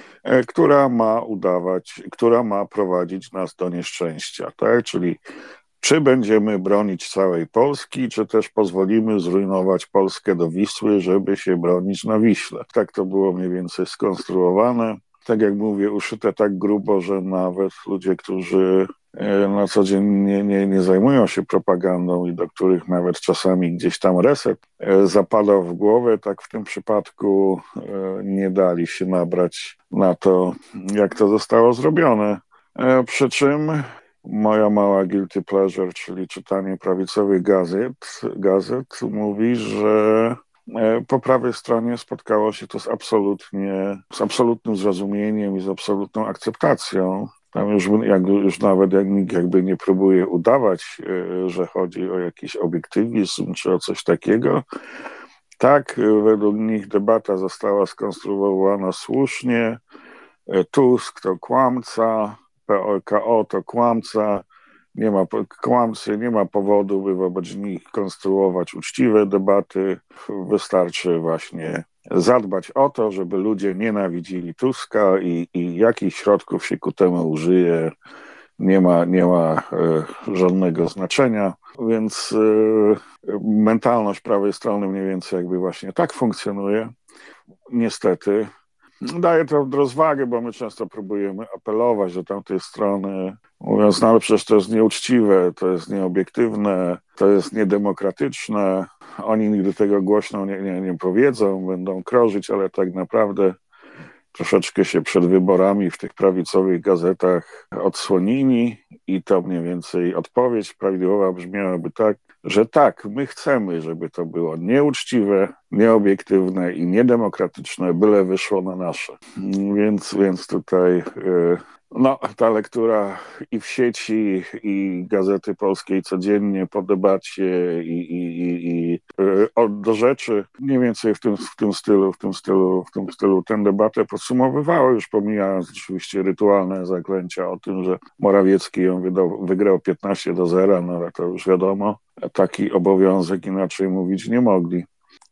która ma prowadzić nas do nieszczęścia, tak? Czyli czy będziemy bronić całej Polski, czy też pozwolimy zrujnować Polskę do Wisły, żeby się bronić na Wiśle. Tak to było mniej więcej skonstruowane. Tak jak mówię, uszyte tak grubo, że nawet ludzie, którzy na co dzień nie zajmują się propagandą i do których nawet czasami gdzieś tam reset zapadał w głowę, tak w tym przypadku nie dali się nabrać na to, jak to zostało zrobione. Przy czym moja mała guilty pleasure, czyli czytanie prawicowych gazet mówi, że po prawej stronie spotkało się to z absolutnym zrozumieniem i z absolutną akceptacją. Tam już nawet jak nikt jakby nie próbuje udawać, że chodzi o jakiś obiektywizm czy o coś takiego. Tak, według nich debata została skonstruowana słusznie. Tusk to kłamca, PO-KO to kłamca, nie ma powodu, by wobec nich konstruować uczciwe debaty. Wystarczy właśnie zadbać o to, żeby ludzie nienawidzili Tuska i jakich środków się ku temu użyje, nie ma żadnego znaczenia. Więc mentalność prawej strony mniej więcej jakby właśnie tak funkcjonuje. Niestety. Daje to rozwagę, bo my często próbujemy apelować do tamtej strony, mówiąc, no ale przecież to jest nieuczciwe, to jest nieobiektywne, to jest niedemokratyczne. Oni nigdy tego głośno nie powiedzą, będą krążyć, ale tak naprawdę troszeczkę się przed wyborami w tych prawicowych gazetach odsłonili i to mniej więcej odpowiedź prawidłowa brzmiałaby tak, że tak, my chcemy, żeby to było nieuczciwe, nieobiektywne i niedemokratyczne, byle wyszło na nasze. Więc tutaj ta lektura i w sieci, i Gazety Polskiej codziennie po debacie i do rzeczy, mniej więcej w tym stylu tę debatę podsumowywała, już pomijając oczywiście rytualne zaklęcia o tym, że Morawiecki ją wygrał 15-0, no ale to już wiadomo, taki obowiązek inaczej mówić nie mogli.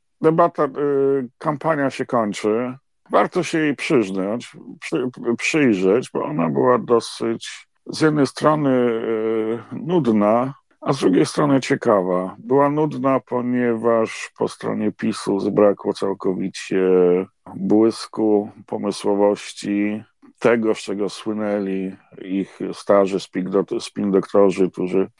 Kampania się kończy. Warto się jej przyjrzeć, bo ona była dosyć z jednej strony nudna, a z drugiej strony ciekawa. Była nudna, ponieważ po stronie PiS-u zabrakło całkowicie błysku, pomysłowości, tego, z czego słynęli ich starzy spin-doktorzy, którzy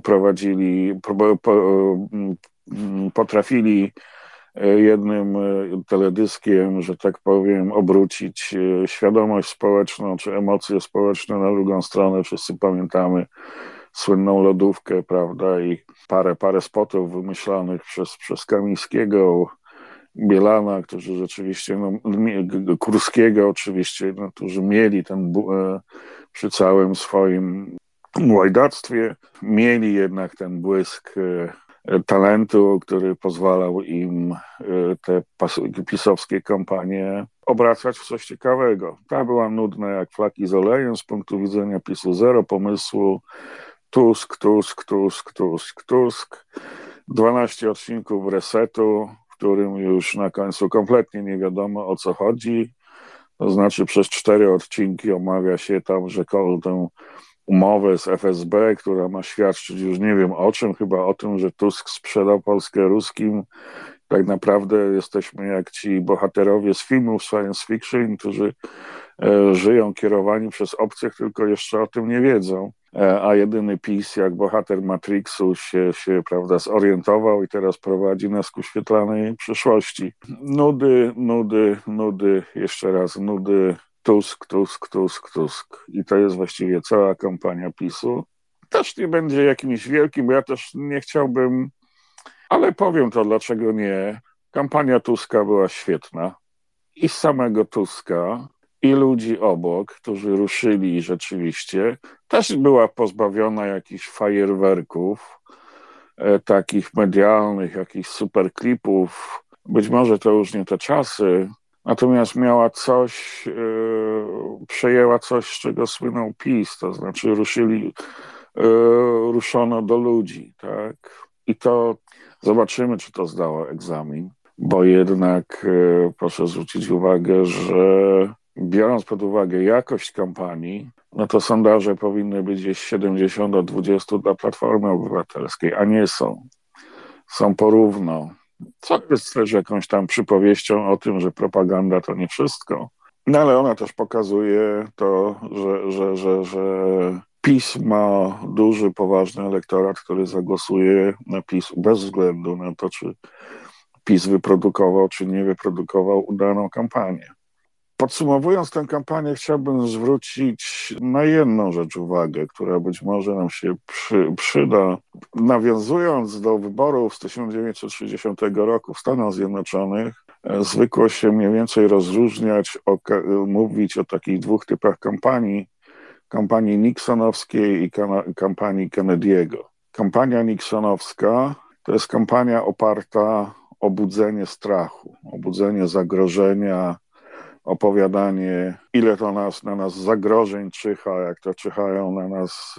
potrafili jednym teledyskiem, że tak powiem, obrócić świadomość społeczną czy emocje społeczne na drugą stronę. Wszyscy pamiętamy słynną lodówkę, prawda, i parę spotów wymyślanych przez Kamińskiego, Bielana, którzy rzeczywiście, Kurskiego oczywiście, którzy mieli przy całym swoim łajdactwie, mieli jednak ten błysk talentu, który pozwalał im te pisowskie kampanie obracać w coś ciekawego. Ta była nudna jak flaki z olejem, z punktu widzenia PiS-u zero pomysłu. Tusk. 12 odcinków resetu, w którym już na końcu kompletnie nie wiadomo, o co chodzi. To znaczy przez 4 odcinki omawia się tam tę umowę z FSB, która ma świadczyć już nie wiem o czym, chyba o tym, że Tusk sprzedał Polskę ruskim. Tak naprawdę jesteśmy jak ci bohaterowie z filmów science fiction, którzy żyją kierowani przez obcych, tylko jeszcze o tym nie wiedzą. a jedyny PiS, jak bohater Matrixu, się prawda, zorientował i teraz prowadzi nas ku świetlanej przyszłości. Nudy, jeszcze raz nudy, Tusk. I to jest właściwie cała kampania PiS-u. Też nie będzie jakimś wielkim, bo ja też nie chciałbym, ale powiem to, dlaczego nie. Kampania Tuska była świetna. I z samego Tuska, i ludzi obok, którzy ruszyli rzeczywiście, też była pozbawiona jakichś fajerwerków, takich medialnych, jakichś superklipów. Być może to już nie te czasy, natomiast miała coś, przejęła coś, z czego słynął PiS, to znaczy ruszono do ludzi, tak? I to zobaczymy, czy to zdało egzamin, bo jednak proszę zwrócić uwagę, że biorąc pod uwagę jakość kampanii, no to sondaże powinny być gdzieś 70 do 20 dla Platformy Obywatelskiej, a nie są. Są porówno. Co jest też jakąś tam przypowieścią o tym, że propaganda to nie wszystko. No ale ona też pokazuje to, że PiS ma duży, poważny elektorat, który zagłosuje na PiS bez względu na to, czy PiS wyprodukował, czy nie wyprodukował udaną kampanię. Podsumowując tę kampanię, chciałbym zwrócić na jedną rzecz uwagę, która być może nam się przyda. Nawiązując do wyborów z 1960 roku w Stanach Zjednoczonych, zwykło się mniej więcej rozróżniać, mówić o takich dwóch typach kampanii. Kampanii nixonowskiej i kampanii Kennedy'ego. Kampania nixonowska to jest kampania oparta o budzenie strachu, o budzenie zagrożenia, opowiadanie, ile to na nas zagrożeń czyha, jak to czyhają na nas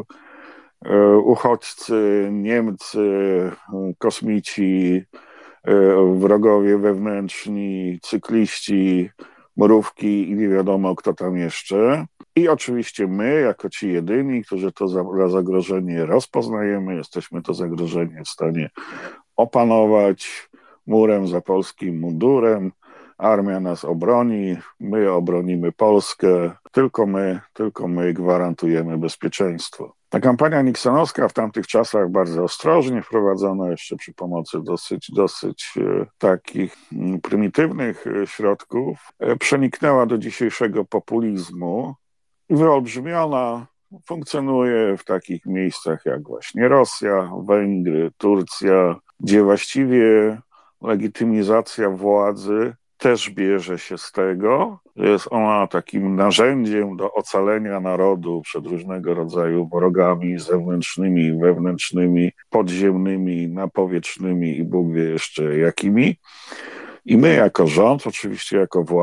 uchodźcy, Niemcy, kosmici, wrogowie wewnętrzni, cykliści, mrówki i nie wiadomo kto tam jeszcze. I oczywiście my, jako ci jedyni, którzy to zagrożenie rozpoznajemy, jesteśmy to zagrożenie w stanie opanować murem za polskim mundurem. Armia nas obroni, my obronimy Polskę, tylko my gwarantujemy bezpieczeństwo. Ta kampania nixonowska w tamtych czasach bardzo ostrożnie wprowadzona, jeszcze przy pomocy dosyć takich prymitywnych środków, przeniknęła do dzisiejszego populizmu i wyolbrzymiona funkcjonuje w takich miejscach jak właśnie Rosja, Węgry, Turcja, gdzie właściwie legitymizacja władzy też bierze się z tego, że jest ona takim narzędziem do ocalenia narodu przed różnego rodzaju wrogami zewnętrznymi, wewnętrznymi, podziemnymi, napowietrznymi i Bóg wie jeszcze jakimi. I my jako rząd, oczywiście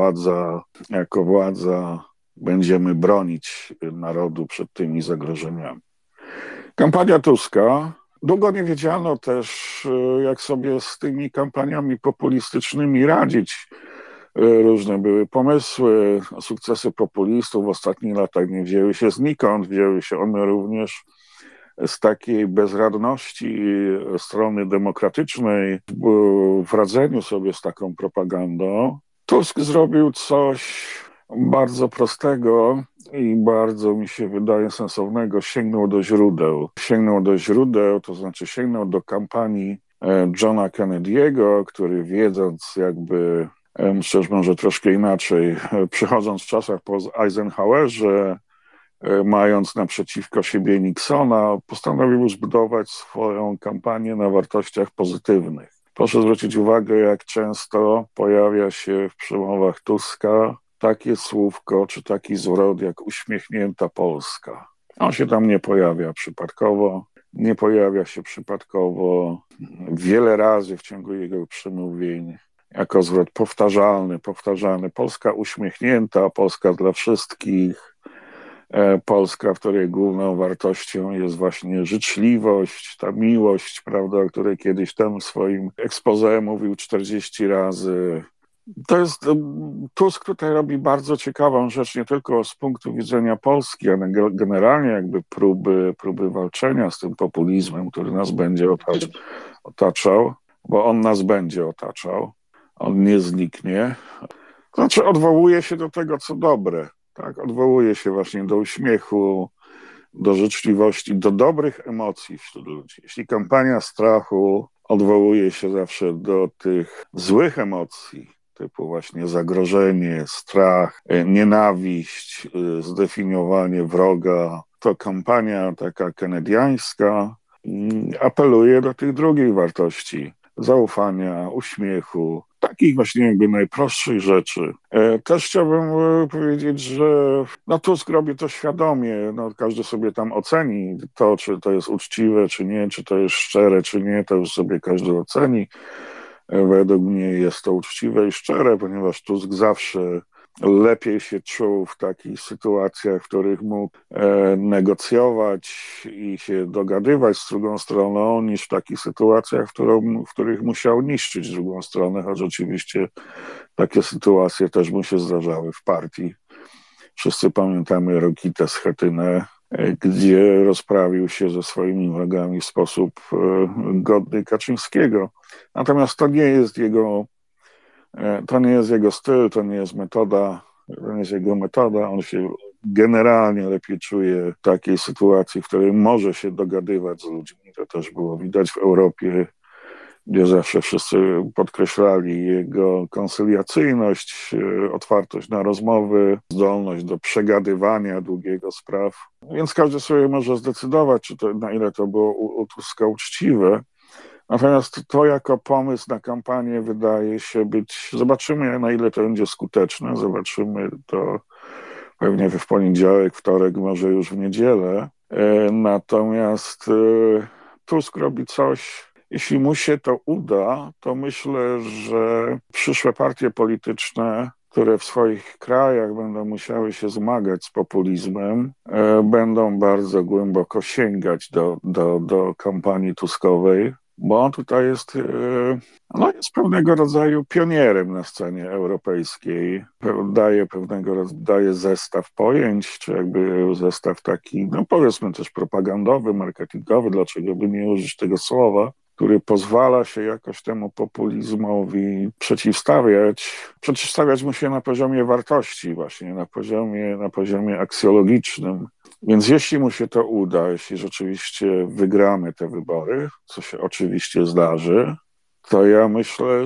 jako władza będziemy bronić narodu przed tymi zagrożeniami. Kampania Tuska. Długo nie wiedziano też, jak sobie z tymi kampaniami populistycznymi radzić. Różne były pomysły, sukcesy populistów w ostatnich latach nie wzięły się znikąd, wzięły się one również z takiej bezradności strony demokratycznej w radzeniu sobie z taką propagandą. Tusk zrobił coś bardzo prostego i bardzo mi się wydaje sensownego, sięgnął do źródeł, to znaczy sięgnął do kampanii Johna Kennedy'ego, który wiedząc jakby, szczerze może troszkę inaczej, przychodząc w czasach po Eisenhowerze, mając naprzeciwko siebie Nixona, postanowił zbudować swoją kampanię na wartościach pozytywnych. Proszę zwrócić uwagę, jak często pojawia się w przemowach Tuska takie słówko, czy taki zwrot jak uśmiechnięta Polska. On się tam nie pojawia przypadkowo. Wiele razy w ciągu jego przemówień jako zwrot powtarzalny. Polska uśmiechnięta, Polska dla wszystkich, Polska, w której główną wartością jest właśnie życzliwość, ta miłość, prawda, o której kiedyś tam w swoim exposé mówił 40 razy. To jest, Tusk tutaj robi bardzo ciekawą rzecz, nie tylko z punktu widzenia Polski, ale generalnie jakby próby walczenia z tym populizmem, który nas będzie otaczał, bo on nas będzie otaczał, on nie zniknie. To znaczy odwołuje się do tego, co dobre, tak? Odwołuje się właśnie do uśmiechu, do życzliwości, do dobrych emocji wśród ludzi. Jeśli kampania strachu odwołuje się zawsze do tych złych emocji, typu właśnie zagrożenie, strach, nienawiść, zdefiniowanie wroga, to kampania taka kennedyjska apeluje do tych drugich wartości: zaufania, uśmiechu, takich właśnie jakby najprostszych rzeczy. Też chciałbym powiedzieć, że Tusk robi to świadomie. Każdy sobie tam oceni to, czy to jest uczciwe, czy nie, czy to jest szczere, czy nie, to już sobie każdy oceni. Według mnie jest to uczciwe i szczere, ponieważ Tusk zawsze lepiej się czuł w takich sytuacjach, w których mógł negocjować i się dogadywać z drugą stroną, niż w takich sytuacjach, w których musiał niszczyć drugą stronę, choć oczywiście takie sytuacje też mu się zdarzały w partii. Wszyscy pamiętamy Rokitę Schetynę, gdzie rozprawił się ze swoimi wrogami w sposób godny Kaczyńskiego. Natomiast to nie jest jego styl, to nie jest jego metoda. On się generalnie lepiej czuje w takiej sytuacji, w której może się dogadywać z ludźmi. To też było widać w Europie, gdzie zawsze wszyscy podkreślali jego koncyliacyjność, otwartość na rozmowy, zdolność do przegadywania długiego spraw. Więc każdy sobie może zdecydować, na ile to było u Tuska uczciwe. Natomiast to jako pomysł na kampanię wydaje się być, zobaczymy, na ile to będzie skuteczne, zobaczymy to pewnie w poniedziałek, wtorek, może już w niedzielę. Natomiast Tusk robi coś, jeśli mu się to uda, to myślę, że przyszłe partie polityczne, które w swoich krajach będą musiały się zmagać z populizmem, będą bardzo głęboko sięgać do kampanii tuskowej, bo on tutaj jest pewnego rodzaju pionierem na scenie europejskiej. Daje zestaw pojęć, czy jakby zestaw taki, powiedzmy też propagandowy, marketingowy, dlaczego by nie użyć tego słowa, który pozwala się jakoś temu populizmowi przeciwstawiać mu się na poziomie wartości właśnie, na poziomie aksjologicznym. Więc jeśli mu się to uda, jeśli rzeczywiście wygramy te wybory, co się oczywiście zdarzy, to ja myślę,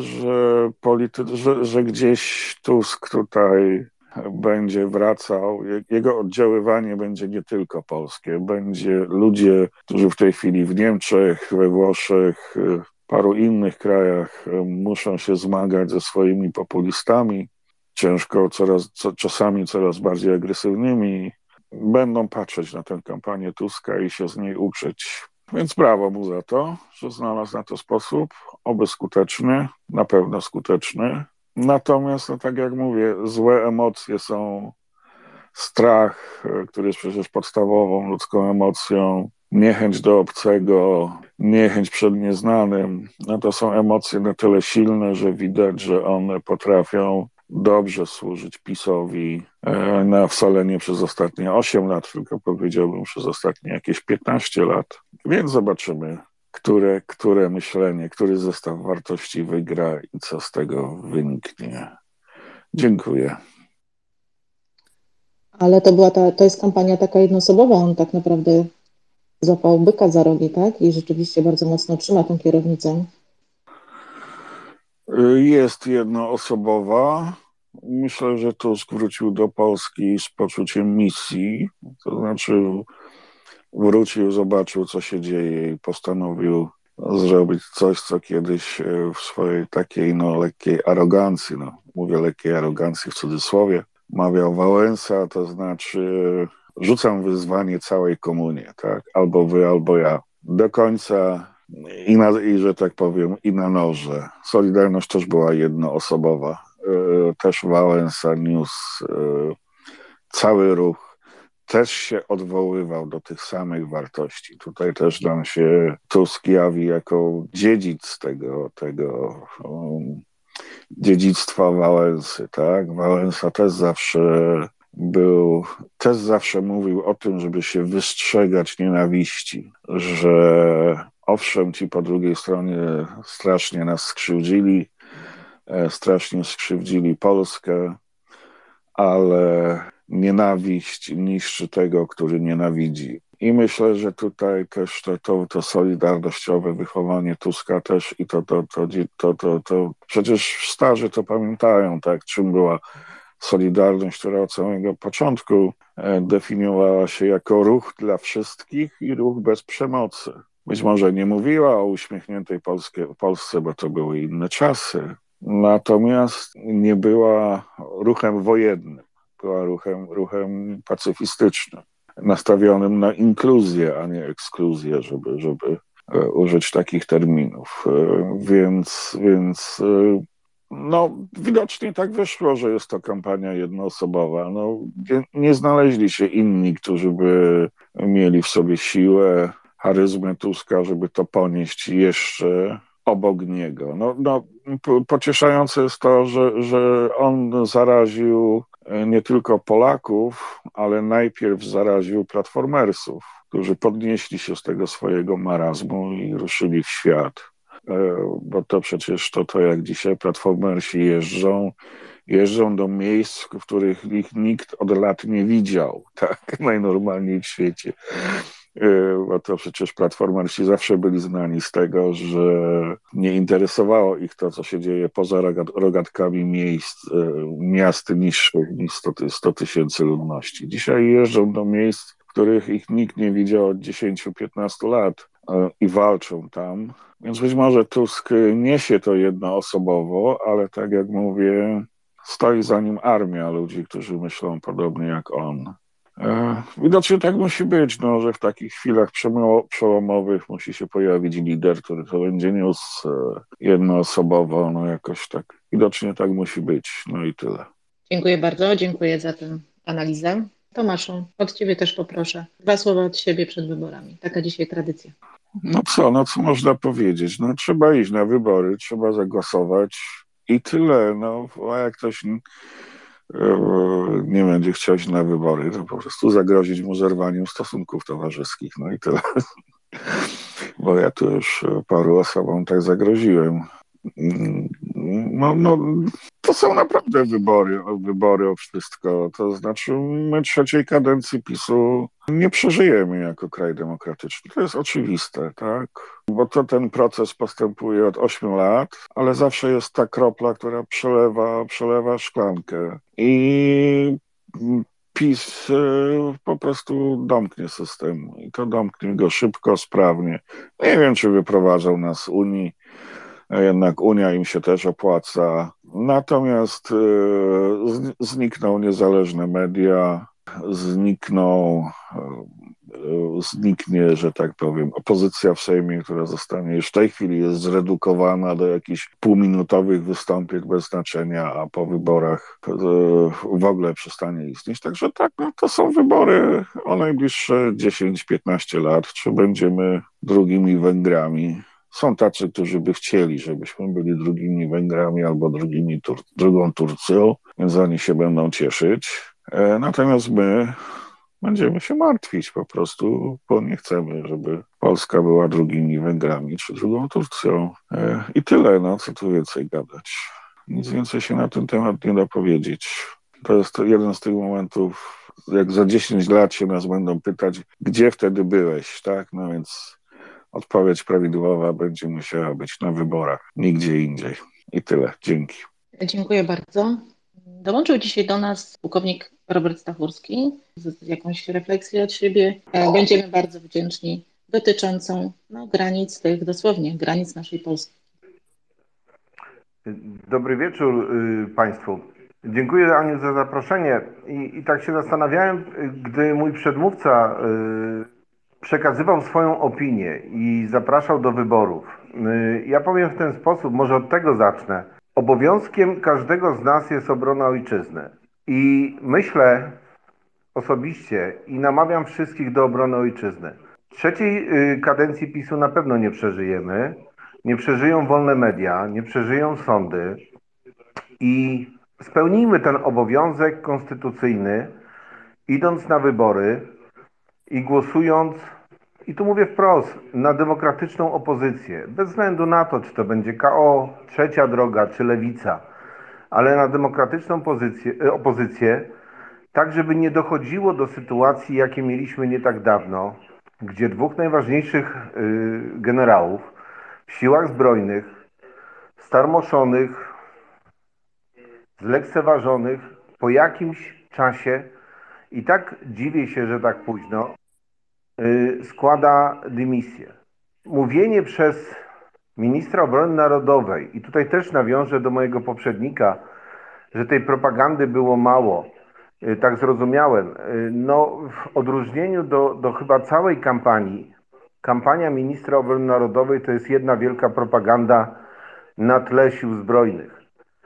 że gdzieś Tusk tutaj będzie wracał, jego oddziaływanie będzie nie tylko polskie, będzie ludzie, którzy w tej chwili w Niemczech, we Włoszech, paru innych krajach muszą się zmagać ze swoimi populistami, ciężko, czasami coraz bardziej agresywnymi, będą patrzeć na tę kampanię Tuska i się z niej uczyć. Więc brawo mu za to, że znalazł na to sposób, oby skuteczny, na pewno skuteczny. Natomiast, tak jak mówię, złe emocje są, strach, który jest przecież podstawową ludzką emocją, niechęć do obcego, niechęć przed nieznanym, to są emocje na tyle silne, że widać, że one potrafią dobrze służyć PiS-owi, wcale nie przez ostatnie 8 lat, tylko powiedziałbym przez ostatnie jakieś 15 lat. Więc zobaczymy, które myślenie, który zestaw wartości wygra i co z tego wyniknie. Dziękuję. Ale to jest kampania taka jednoosobowa, on tak naprawdę złapał byka za rogi, tak? I rzeczywiście bardzo mocno trzyma tą kierownicę. Jest jednoosobowa. Myślę, że Tusk wrócił do Polski z poczuciem misji, to znaczy wrócił, zobaczył, co się dzieje i postanowił zrobić coś, co kiedyś w swojej takiej lekkiej arogancji, mówię lekkiej arogancji w cudzysłowie, mawiał Wałęsa, to znaczy rzucam wyzwanie całej komunie, tak? Albo wy, albo ja. Do końca i że tak powiem, i na noże. Solidarność też była jednoosobowa. Też Wałęsa niósł cały ruch, też się odwoływał do tych samych wartości. Tutaj też nam się Tusk jawi jako dziedzic tego dziedzictwa Wałęsy, tak? Wałęsa też zawsze mówił o tym, żeby się wystrzegać nienawiści, że owszem, ci po drugiej stronie strasznie nas skrzywdzili, strasznie skrzywdzili Polskę, ale nienawiść niszczy tego, który nienawidzi. I myślę, że tutaj też to solidarnościowe wychowanie Tuska też i to przecież starzy to pamiętają, tak, czym była Solidarność, która od samego początku definiowała się jako ruch dla wszystkich i ruch bez przemocy. Być może nie mówiła o uśmiechniętej Polsce, bo to były inne czasy, natomiast nie była ruchem wojennym, była ruchem pacyfistycznym, nastawionym na inkluzję, a nie ekskluzję, żeby użyć takich terminów. Więc no, widocznie tak wyszło, że jest to kampania jednoosobowa. No, nie znaleźli się inni, którzy by mieli w sobie siłę, charyzmę Tuska, żeby to ponieść jeszcze obok niego. Pocieszające jest to, że on zaraził nie tylko Polaków, ale najpierw zaraził platformersów, którzy podnieśli się z tego swojego marazmu i ruszyli w świat. Bo to przecież to jak dzisiaj platformersi jeżdżą do miejsc, w których ich nikt od lat nie widział, tak, najnormalniej w świecie. Bo to przecież platformersi zawsze byli znani z tego, że nie interesowało ich to, co się dzieje poza rogatkami miast niższych niż 100 tysięcy ludności. Dzisiaj jeżdżą do miejsc, w których ich nikt nie widział od 10-15 lat i walczą tam. Więc być może Tusk niesie to jednoosobowo, ale tak jak mówię, stoi za nim armia ludzi, którzy myślą podobnie jak on. Widocznie tak musi być, że w takich chwilach przełomowych musi się pojawić lider, który to będzie niósł jednoosobowo, jakoś tak. Widocznie tak musi być, i tyle. Dziękuję bardzo, dziękuję za tę analizę. Tomaszu, od Ciebie też poproszę 2 słowa od siebie przed wyborami. Taka dzisiaj tradycja. Co można powiedzieć? Trzeba iść na wybory, trzeba zagłosować i tyle. A jak ktoś nie będzie chciał iść na wybory, to po prostu zagrozić mu zerwaniem stosunków towarzyskich, i tyle. Bo ja tu już paru osobom tak zagroziłem. To są naprawdę wybory o wszystko. To znaczy my 3. kadencji PiS-u nie przeżyjemy jako kraj demokratyczny. To jest oczywiste, tak? Bo ten proces postępuje od 8 lat, ale zawsze jest ta kropla, która przelewa szklankę. I PiS po prostu domknie system. I to domknie go szybko, sprawnie. Nie wiem, czy wyprowadzą nas z Unii. Jednak Unia im się też opłaca. Natomiast znikną niezależne media, zniknie, że tak powiem, opozycja w Sejmie, która zostanie już w tej chwili jest zredukowana do jakichś półminutowych wystąpień bez znaczenia, a po wyborach w ogóle przestanie istnieć. Także tak, to są wybory o najbliższe 10-15 lat. Czy będziemy drugimi Węgrami? Są tacy, którzy by chcieli, żebyśmy byli drugimi Węgrami albo drugą Turcją, więc oni się będą cieszyć. Natomiast my będziemy się martwić po prostu, bo nie chcemy, żeby Polska była drugimi Węgrami czy drugą Turcją. I tyle, co tu więcej gadać. Nic więcej się na ten temat nie da powiedzieć. To jest jeden z tych momentów, jak za 10 lat się nas będą pytać, gdzie wtedy byłeś, tak? Więc odpowiedź prawidłowa będzie musiała być na wyborach, nigdzie indziej. I tyle. Dzięki. Dziękuję bardzo. Dołączył dzisiaj do nas pułkownik Robert Stachurski z jakąś refleksją od siebie. Będziemy bardzo wdzięczni, dotyczącą granic, tych dosłownie granic naszej Polski. Dobry wieczór Państwu. Dziękuję, Aniu, za zaproszenie. I tak się zastanawiałem, gdy mój przedmówca przekazywał swoją opinię i zapraszał do wyborów. Ja powiem w ten sposób, może od tego zacznę. Obowiązkiem każdego z nas jest obrona ojczyzny. I myślę osobiście i namawiam wszystkich do obrony ojczyzny. 3. kadencji PiS-u na pewno nie przeżyjemy. Nie przeżyją wolne media, nie przeżyją sądy. I spełnijmy ten obowiązek konstytucyjny, idąc na wybory i głosując, i tu mówię wprost, na demokratyczną opozycję. Bez względu na to, czy to będzie KO, Trzecia Droga, czy Lewica, ale na demokratyczną opozycję, tak żeby nie dochodziło do sytuacji, jakie mieliśmy nie tak dawno, gdzie dwóch najważniejszych generałów w siłach zbrojnych, starmoszonych, zlekceważonych po jakimś czasie, i tak dziwię się, że tak późno, składa dymisję. Mówienie przez ministra obrony narodowej, i tutaj też nawiążę do mojego poprzednika, że tej propagandy było mało, tak zrozumiałem. No, w odróżnieniu do chyba całej kampanii, kampania ministra obrony narodowej to jest jedna wielka propaganda na tle sił zbrojnych.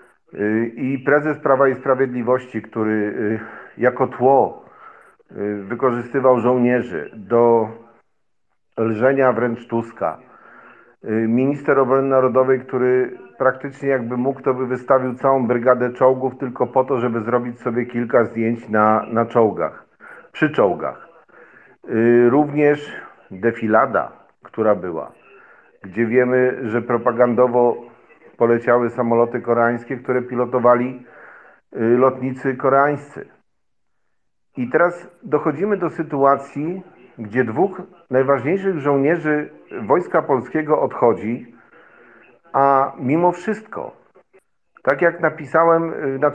I prezes Prawa i Sprawiedliwości, który jako tło wykorzystywał żołnierzy do lżenia wręcz Tuska, minister obrony narodowej, który praktycznie jakby mógł, to by wystawił całą brygadę czołgów tylko po to, żeby zrobić sobie kilka zdjęć na czołgach, przy czołgach. Również defilada, która była, gdzie wiemy, że propagandowo poleciały samoloty koreańskie, które pilotowali lotnicy koreańscy. I teraz dochodzimy do sytuacji, gdzie dwóch najważniejszych żołnierzy Wojska Polskiego odchodzi, a mimo wszystko, tak jak napisałem,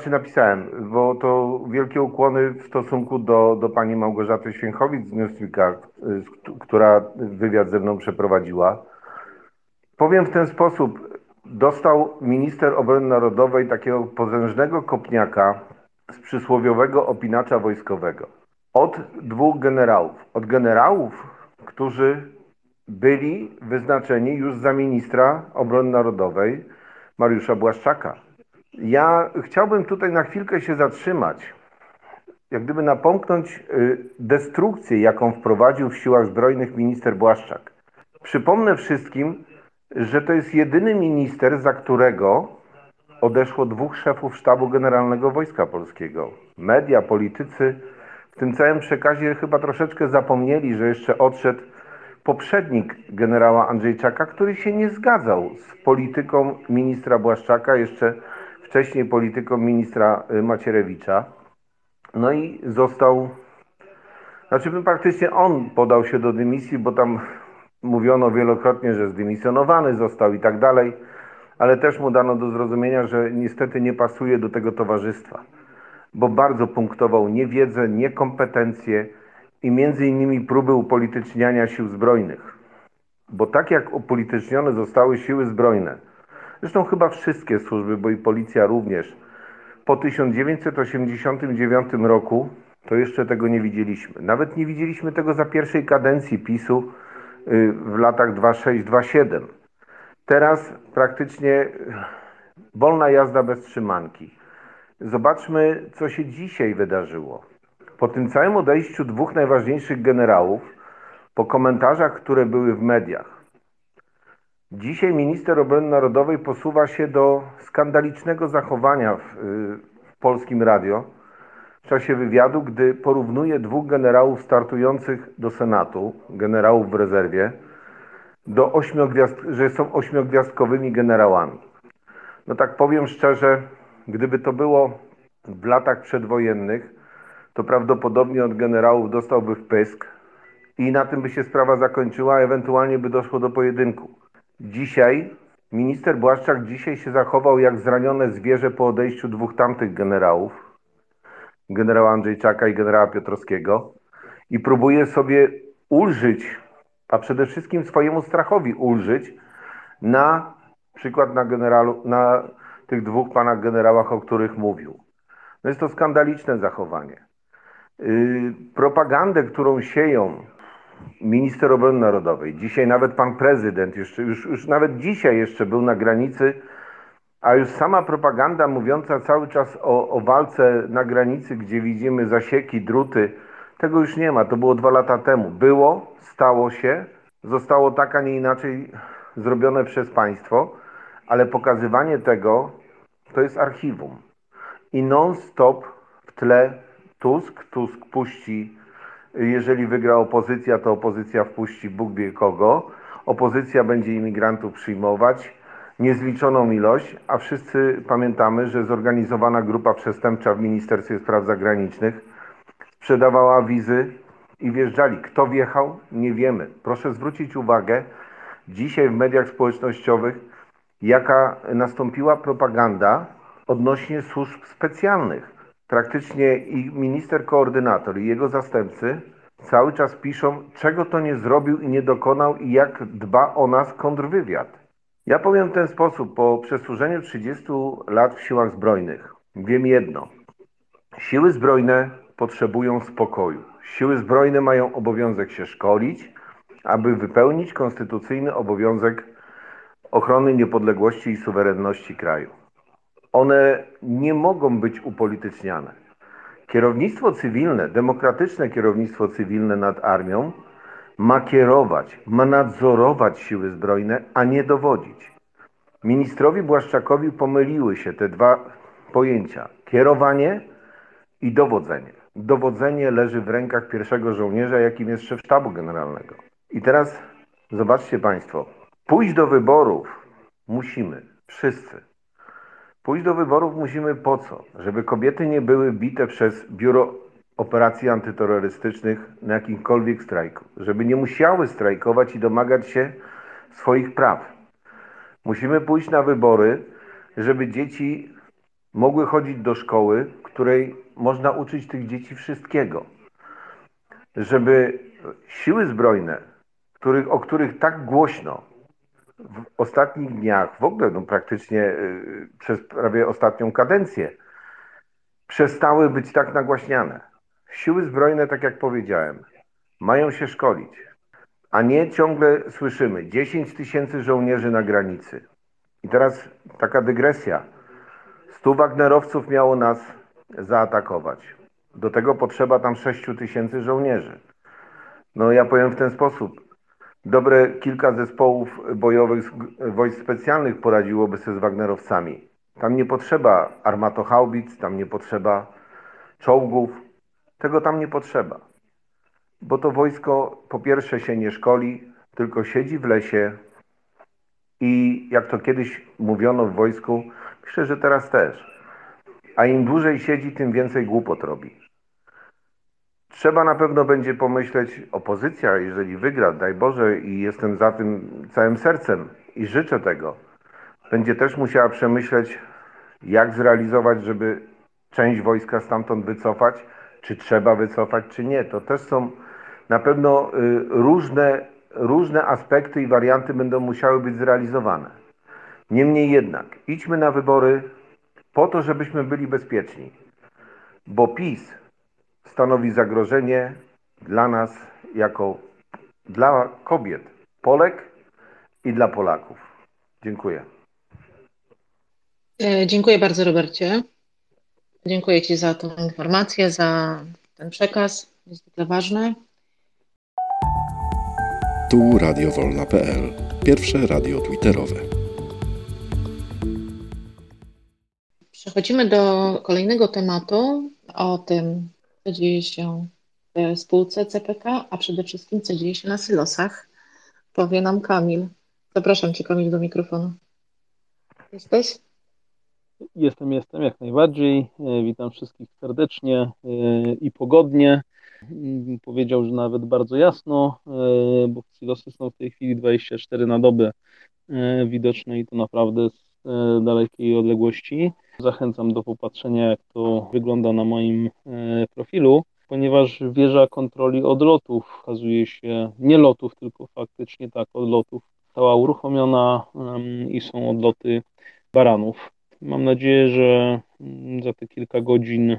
bo to wielkie ukłony w stosunku do pani Małgorzaty Święchowic z Newsweeka, która wywiad ze mną przeprowadziła, powiem w ten sposób: dostał minister obrony narodowej takiego potężnego kopniaka z przysłowiowego opinacza wojskowego od dwóch generałów. Od generałów, którzy byli wyznaczeni już za ministra obrony narodowej Mariusza Błaszczaka. Ja chciałbym tutaj na chwilkę się zatrzymać, jak gdyby napomknąć destrukcję, jaką wprowadził w siłach zbrojnych minister Błaszczak. Przypomnę wszystkim, że to jest jedyny minister, za którego odeszło dwóch szefów sztabu generalnego Wojska Polskiego. Media, politycy w tym całym przekazie chyba troszeczkę zapomnieli, że jeszcze odszedł poprzednik generała Andrzejczaka, który się nie zgadzał z polityką ministra Błaszczaka, jeszcze wcześniej polityką ministra Macierewicza. No i został, praktycznie on podał się do dymisji, bo tam mówiono wielokrotnie, że zdymisjonowany został i tak dalej, ale też mu dano do zrozumienia, że niestety nie pasuje do tego towarzystwa, bo bardzo punktował niewiedzę, niekompetencje i między innymi próby upolityczniania sił zbrojnych. Bo tak jak upolitycznione zostały siły zbrojne, zresztą chyba wszystkie służby, bo i policja również, po 1989 roku, to jeszcze tego nie widzieliśmy. Nawet nie widzieliśmy tego za pierwszej kadencji PiS-u w latach 2006-2007. Teraz praktycznie wolna jazda bez trzymanki. Zobaczmy, co się dzisiaj wydarzyło. Po tym całym odejściu dwóch najważniejszych generałów, po komentarzach, które były w mediach, dzisiaj minister obrony narodowej posuwa się do skandalicznego zachowania w Polskim Radio w czasie wywiadu, gdy porównuje dwóch generałów startujących do Senatu, generałów w rezerwie, że są ośmiogwiazdkowymi generałami. No tak powiem szczerze, gdyby to było w latach przedwojennych, to prawdopodobnie od generałów dostałby w pysk i na tym by się sprawa zakończyła, a ewentualnie by doszło do pojedynku. Dzisiaj minister Błaszczak się zachował jak zranione zwierzę po odejściu dwóch tamtych generałów, generała Andrzejczaka i generała Piotrowskiego, i próbuje sobie ulżyć, a przede wszystkim swojemu strachowi ulżyć, na przykład na tych dwóch panach generałach, o których mówił. No jest to skandaliczne zachowanie. Propagandę, którą sieją minister obrony narodowej, dzisiaj nawet pan prezydent, już nawet dzisiaj jeszcze był na granicy, a już sama propaganda mówiąca cały czas o walce na granicy, gdzie widzimy zasieki, druty, tego już nie ma. To było 2 lata temu. Było, stało się, zostało tak, a nie inaczej zrobione przez państwo, ale pokazywanie tego to jest archiwum. I non-stop w tle Tusk puści, jeżeli wygra opozycja, to opozycja wpuści Bóg wie kogo, opozycja będzie imigrantów przyjmować, niezliczoną ilość, a wszyscy pamiętamy, że zorganizowana grupa przestępcza w Ministerstwie Spraw Zagranicznych sprzedawała wizy i wjeżdżali. Kto wjechał? Nie wiemy. Proszę zwrócić uwagę dzisiaj w mediach społecznościowych, jaka nastąpiła propaganda odnośnie służb specjalnych. Praktycznie i minister koordynator i jego zastępcy cały czas piszą, czego to nie zrobił i nie dokonał i jak dba o nas kontrwywiad. Ja powiem w ten sposób, po przesłużeniu 30 lat w siłach zbrojnych wiem jedno. Siły zbrojne potrzebują spokoju. Siły zbrojne mają obowiązek się szkolić, aby wypełnić konstytucyjny obowiązek ochrony niepodległości i suwerenności kraju. One nie mogą być upolityczniane. Kierownictwo cywilne, demokratyczne kierownictwo cywilne nad armią ma kierować, ma nadzorować siły zbrojne, a nie dowodzić. Ministrowi Błaszczakowi pomyliły się te dwa pojęcia. Kierowanie i dowodzenie. Dowodzenie leży w rękach pierwszego żołnierza, jakim jest szef sztabu generalnego. I teraz zobaczcie Państwo, pójść do wyborów musimy, wszyscy. Pójść do wyborów musimy po co? Żeby kobiety nie były bite przez Biuro Operacji Antyterrorystycznych na jakimkolwiek strajku. Żeby nie musiały strajkować i domagać się swoich praw. Musimy pójść na wybory, żeby dzieci mogły chodzić do szkoły, w której można uczyć tych dzieci wszystkiego. Żeby siły zbrojne, o których tak głośno w ostatnich dniach, w ogóle praktycznie przez prawie ostatnią kadencję, przestały być tak nagłaśniane. Siły zbrojne, tak jak powiedziałem, mają się szkolić, a nie ciągle słyszymy 10 000 żołnierzy na granicy. I teraz taka dygresja. 100 wagnerowców miało nas zaatakować. Do tego potrzeba tam 6 000 żołnierzy. No ja powiem w ten sposób. Dobre kilka zespołów bojowych wojsk specjalnych poradziłoby sobie z wagnerowcami. Tam nie potrzeba armatohaubic, tam nie potrzeba czołgów. Tego tam nie potrzeba. Bo to wojsko po pierwsze się nie szkoli, tylko siedzi w lesie i jak to kiedyś mówiono w wojsku, myślę, że teraz też. A im dłużej siedzi, tym więcej głupot robi. Trzeba na pewno będzie pomyśleć, opozycja, jeżeli wygra, daj Boże, i jestem za tym całym sercem i życzę tego, będzie też musiała przemyśleć, jak zrealizować, żeby część wojska stamtąd wycofać, czy trzeba wycofać, czy nie. To też są na pewno różne aspekty i warianty będą musiały być zrealizowane. Niemniej jednak, idźmy na wybory po to, żebyśmy byli bezpieczni, bo PiS stanowi zagrożenie dla nas, dla kobiet, Polek i dla Polaków. Dziękuję. Dziękuję bardzo, Robercie. Dziękuję Ci za tę informację, za ten przekaz, niezwykle ważny. Tu Radio Wolna.pl, pierwsze radio twitterowe. Przechodzimy do kolejnego tematu, o tym, co dzieje się w spółce CPK, a przede wszystkim, co dzieje się na silosach. Powie nam Kamil. Zapraszam Cię, Kamil, do mikrofonu. Jesteś? Jestem jak najbardziej. Witam wszystkich serdecznie i pogodnie. Powiedział, że nawet bardzo jasno, bo silosy są w tej chwili 24 na dobę widoczne i to naprawdę z dalekiej odległości. Zachęcam do popatrzenia, jak to wygląda na moim profilu, ponieważ wieża kontroli odlotów okazuje się, nie lotów, tylko faktycznie tak, odlotów, została uruchomiona i są odloty baranów. Mam nadzieję, że za te kilka godzin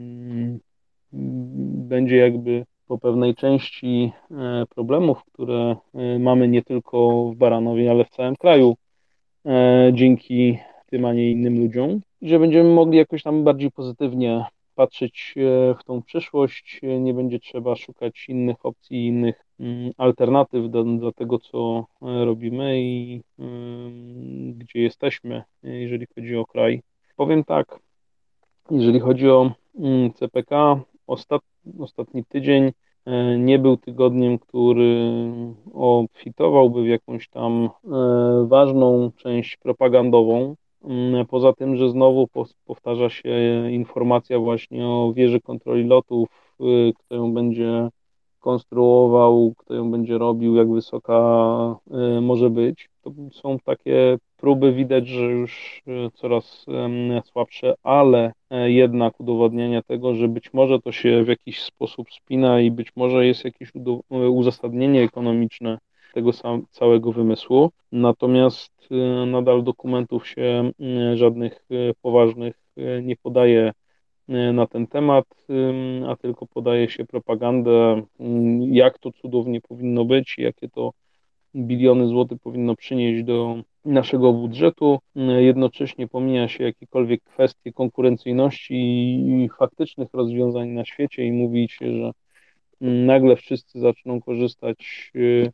będzie jakby po pewnej części problemów, które mamy nie tylko w Baranowie, ale w całym kraju, dzięki tym, a nie innym ludziom, i że będziemy mogli jakoś tam bardziej pozytywnie patrzeć w tą przyszłość. Nie będzie trzeba szukać innych opcji, innych alternatyw do tego, co robimy i gdzie jesteśmy, jeżeli chodzi o kraj. Powiem tak, jeżeli chodzi o CPK, ostatni tydzień nie był tygodniem, który obfitowałby w jakąś tam ważną część propagandową. Poza tym, że znowu powtarza się informacja właśnie o wieży kontroli lotów, kto ją będzie konstruował, kto ją będzie robił, jak wysoka może być. To są takie próby, widać, że już coraz słabsze, ale jednak udowadniania tego, że być może to się w jakiś sposób spina i być może jest jakieś uzasadnienie ekonomiczne tego całego wymysłu. Natomiast nadal dokumentów się żadnych poważnych nie podaje na ten temat, a tylko podaje się propagandę, jak to cudownie powinno być, jakie to biliony złotych powinno przynieść do naszego budżetu. Jednocześnie pomija się jakiekolwiek kwestie konkurencyjności i faktycznych rozwiązań na świecie i mówi się, że nagle wszyscy zaczną korzystać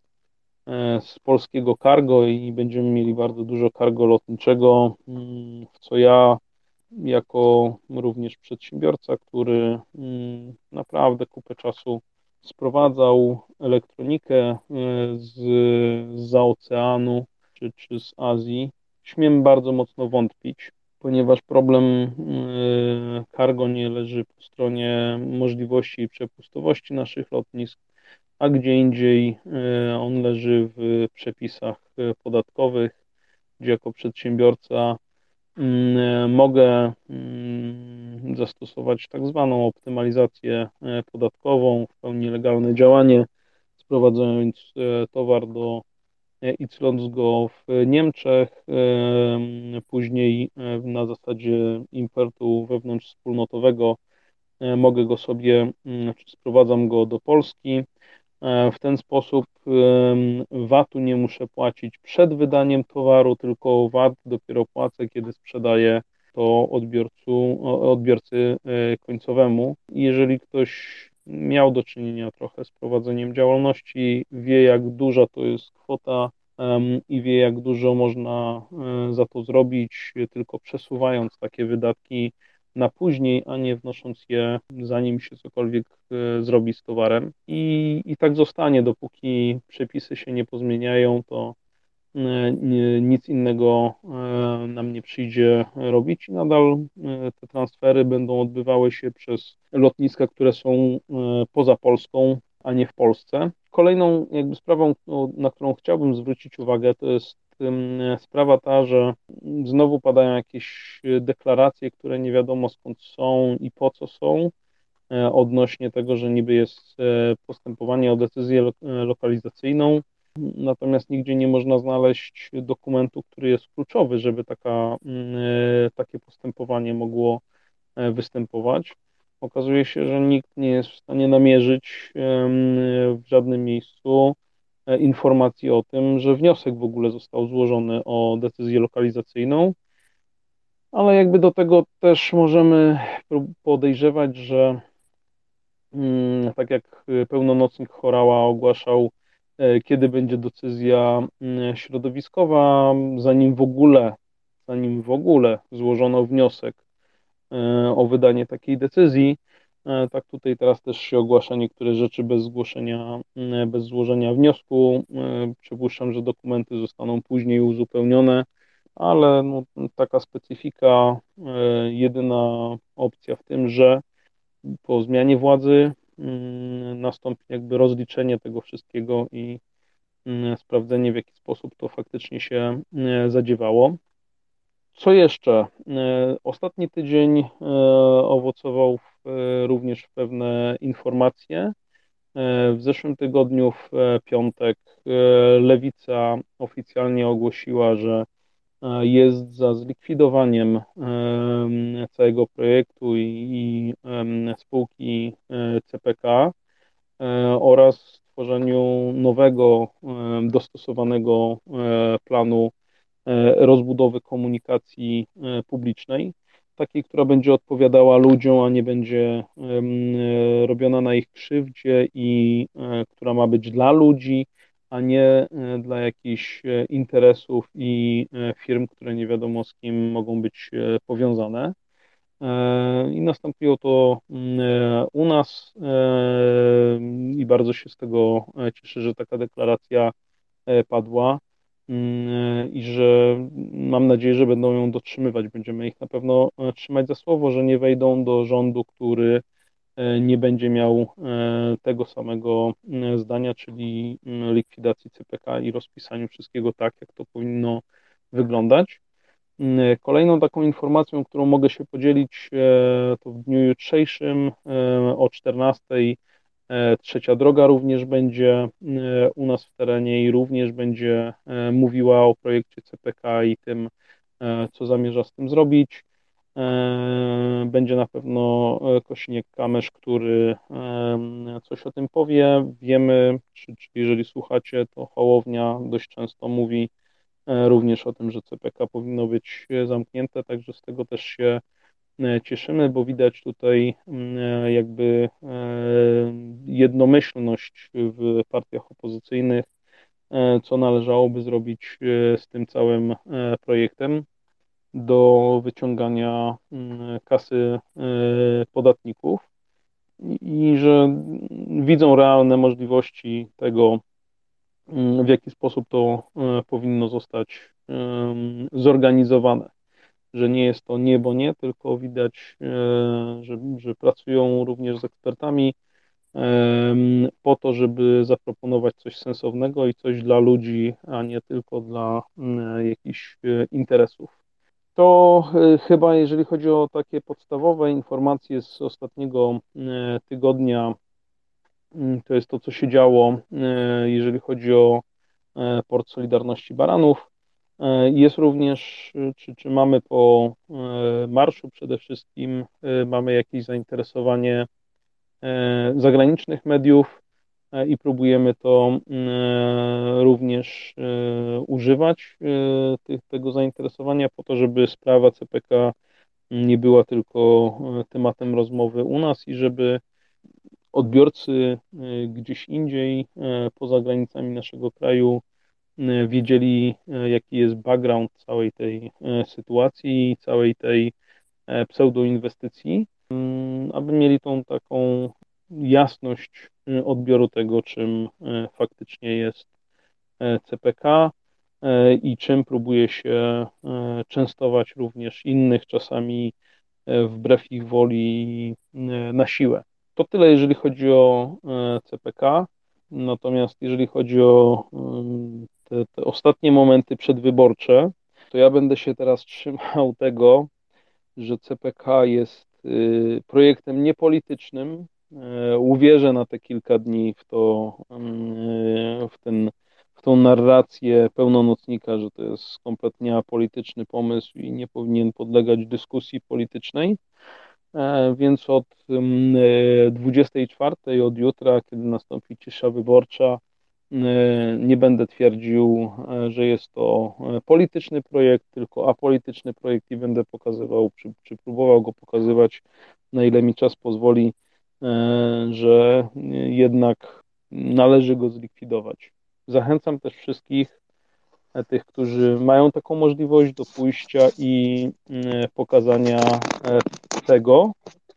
z polskiego cargo i będziemy mieli bardzo dużo cargo lotniczego, w co ja jako również przedsiębiorca, który naprawdę kupę czasu sprowadzał elektronikę zza oceanu czy z Azji, śmiem bardzo mocno wątpić, ponieważ problem cargo nie leży po stronie możliwości i przepustowości naszych lotnisk, a gdzie indziej on leży w przepisach podatkowych, gdzie jako przedsiębiorca mogę zastosować tak zwaną optymalizację podatkową, w pełni legalne działanie, sprowadzając towar i cląc go w Niemczech, później na zasadzie importu wewnątrzwspólnotowego mogę go sobie, czy sprowadzam go do Polski. W ten sposób VAT-u nie muszę płacić przed wydaniem towaru, tylko VAT dopiero płacę, kiedy sprzedaję to odbiorcy końcowemu. Jeżeli ktoś miał do czynienia trochę z prowadzeniem działalności, wie, jak duża to jest kwota i wie, jak dużo można za to zrobić, tylko przesuwając takie wydatki na później, a nie wnosząc je, zanim się cokolwiek zrobi z towarem. I tak zostanie, dopóki przepisy się nie pozmieniają, to nic innego nam nie przyjdzie robić i nadal te transfery będą odbywały się przez lotniska, które są poza Polską, a nie w Polsce. Kolejną jakby sprawą, na którą chciałbym zwrócić uwagę, to jest sprawa ta, że znowu padają jakieś deklaracje, które nie wiadomo skąd są i po co są, odnośnie tego, że niby jest postępowanie o decyzję lokalizacyjną, natomiast nigdzie nie można znaleźć dokumentu, który jest kluczowy, żeby takie postępowanie mogło występować. Okazuje się, że nikt nie jest w stanie namierzyć w żadnym miejscu informacji o tym, że wniosek w ogóle został złożony o decyzję lokalizacyjną, ale jakby do tego też możemy podejrzewać, że tak jak pełnomocnik Horała ogłaszał, kiedy będzie decyzja środowiskowa, zanim w ogóle złożono wniosek o wydanie takiej decyzji, tak tutaj teraz też się ogłasza niektóre rzeczy bez złożenia wniosku. Przypuszczam, że dokumenty zostaną później uzupełnione, ale no, taka specyfika, jedyna opcja w tym, że po zmianie władzy nastąpi jakby rozliczenie tego wszystkiego i sprawdzenie, w jaki sposób to faktycznie się zadziewało. Co jeszcze? Ostatni tydzień owocował również w pewne informacje. W zeszłym tygodniu, w piątek, Lewica oficjalnie ogłosiła, że jest za zlikwidowaniem całego projektu i spółki CPK oraz stworzeniu nowego, dostosowanego planu rozbudowy komunikacji publicznej, takiej, która będzie odpowiadała ludziom, a nie będzie robiona na ich krzywdzie i która ma być dla ludzi, a nie dla jakichś interesów i firm, które nie wiadomo z kim mogą być powiązane. I nastąpiło to u nas i bardzo się z tego cieszę, że taka deklaracja padła i że mam nadzieję, że będą ją dotrzymywać. Będziemy ich na pewno trzymać za słowo, że nie wejdą do rządu, który nie będzie miał tego samego zdania, czyli likwidacji CPK i rozpisaniu wszystkiego tak, jak to powinno wyglądać. Kolejną taką informacją, którą mogę się podzielić, to w dniu jutrzejszym o 14:00 Trzecia Droga również będzie u nas w terenie i również będzie mówiła o projekcie CPK i tym, co zamierza z tym zrobić. Będzie na pewno Kosiniak-Kamysz, który coś o tym powie. Wiemy, czy jeżeli słuchacie, to Hołownia dość często mówi również o tym, że CPK powinno być zamknięte, także z tego też się cieszymy, bo widać tutaj jakby jednomyślność w partiach opozycyjnych, co należałoby zrobić z tym całym projektem do wyciągania kasy podatników i że widzą realne możliwości tego, w jaki sposób to powinno zostać zorganizowane. Że nie jest to nie, bo nie, tylko widać, że pracują również z ekspertami po to, żeby zaproponować coś sensownego i coś dla ludzi, a nie tylko dla jakichś interesów. To chyba, jeżeli chodzi o takie podstawowe informacje z ostatniego tygodnia, to jest to, co się działo, jeżeli chodzi o Port Solidarności Baranów. Jest również, czy mamy po marszu przede wszystkim, mamy jakieś zainteresowanie zagranicznych mediów i próbujemy to również używać tego zainteresowania po to, żeby sprawa CPK nie była tylko tematem rozmowy u nas i żeby odbiorcy gdzieś indziej, poza granicami naszego kraju, wiedzieli, jaki jest background całej tej sytuacji, całej tej pseudoinwestycji, aby mieli tą taką jasność odbioru tego, czym faktycznie jest CPK i czym próbuje się częstować również innych, czasami wbrew ich woli na siłę. To tyle, jeżeli chodzi o CPK. Natomiast jeżeli chodzi o te ostatnie momenty przedwyborcze, to ja będę się teraz trzymał tego, że CPK jest projektem niepolitycznym. Uwierzę na te kilka dni w to, w tą narrację pełnomocnika, że to jest kompletnie apolityczny pomysł i nie powinien podlegać dyskusji politycznej. Więc od 24:00, od jutra, kiedy nastąpi cisza wyborcza, nie będę twierdził, że jest to polityczny projekt, tylko apolityczny projekt i będę pokazywał, czy próbował go pokazywać, na ile mi czas pozwoli, że jednak należy go zlikwidować. Zachęcam też wszystkich tych, którzy mają taką możliwość do pójścia i pokazania tego,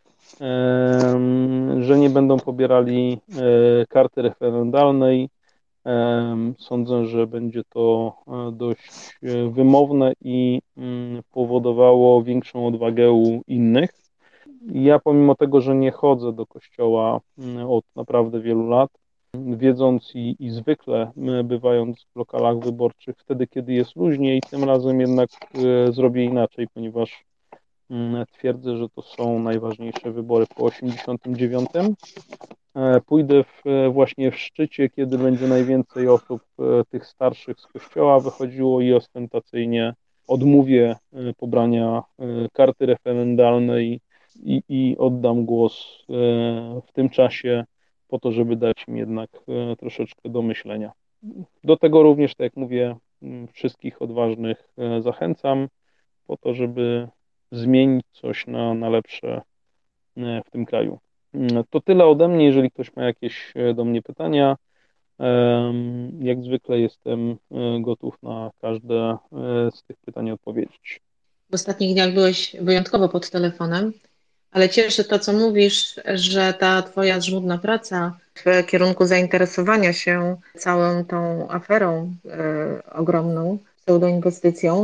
że nie będą pobierali karty referendalnej. Sądzę, że będzie to dość wymowne i powodowało większą odwagę u innych. Ja pomimo tego, że nie chodzę do kościoła od naprawdę wielu lat, wiedząc i zwykle bywając w lokalach wyborczych wtedy, kiedy jest luźniej, tym razem jednak zrobię inaczej, ponieważ twierdzę, że to są najważniejsze wybory po 89. Pójdę właśnie w szczycie, kiedy będzie najwięcej osób tych starszych z kościoła wychodziło i ostentacyjnie odmówię pobrania karty referendalnej i oddam głos w tym czasie po to, żeby dać im jednak troszeczkę do myślenia. Do tego również, tak jak mówię, wszystkich odważnych zachęcam po to, żeby zmienić coś na lepsze w tym kraju. To tyle ode mnie. Jeżeli ktoś ma jakieś do mnie pytania, jak zwykle jestem gotów na każde z tych pytań odpowiedzieć. W ostatnich dniach byłeś wyjątkowo pod telefonem, ale cieszy to, co mówisz, że ta twoja żmudna praca w kierunku zainteresowania się całą tą aferą ogromną, pseudoinwestycją,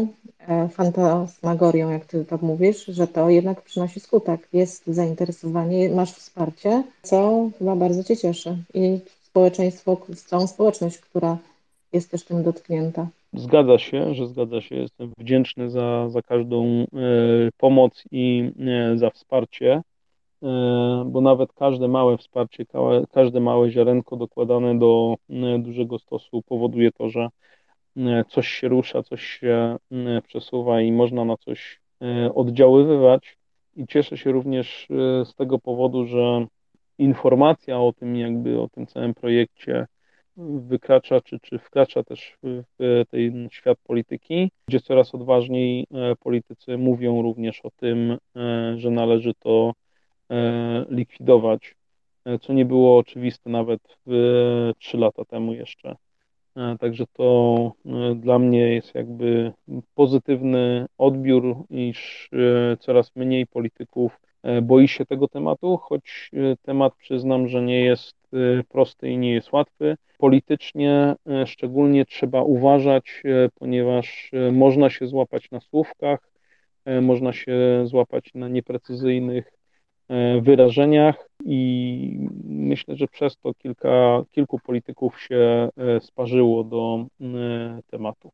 fantasmagorią, jak ty to mówisz, że to jednak przynosi skutek. Jest zainteresowanie, masz wsparcie, co chyba bardzo cię cieszy. I społeczeństwo, całą społeczność, która jest też tym dotknięta. Zgadza się. Jestem wdzięczny za każdą pomoc i za wsparcie, bo nawet każde małe wsparcie, każde małe ziarenko dokładane do dużego stosu powoduje to, że coś się rusza, coś się przesuwa i można na coś oddziaływać. I cieszę się również z tego powodu, że informacja o tym, jakby o tym całym projekcie wykracza, czy wkracza też w ten świat polityki, gdzie coraz odważniej politycy mówią również o tym, że należy to likwidować, co nie było oczywiste nawet 3 lata temu jeszcze. Także to dla mnie jest jakby pozytywny odbiór, iż coraz mniej polityków boi się tego tematu, choć temat przyznam, że nie jest prosty i nie jest łatwy. Politycznie szczególnie trzeba uważać, ponieważ można się złapać na słówkach, można się złapać na nieprecyzyjnych wyrażeniach i myślę, że przez to kilku polityków się sparzyło do tematu.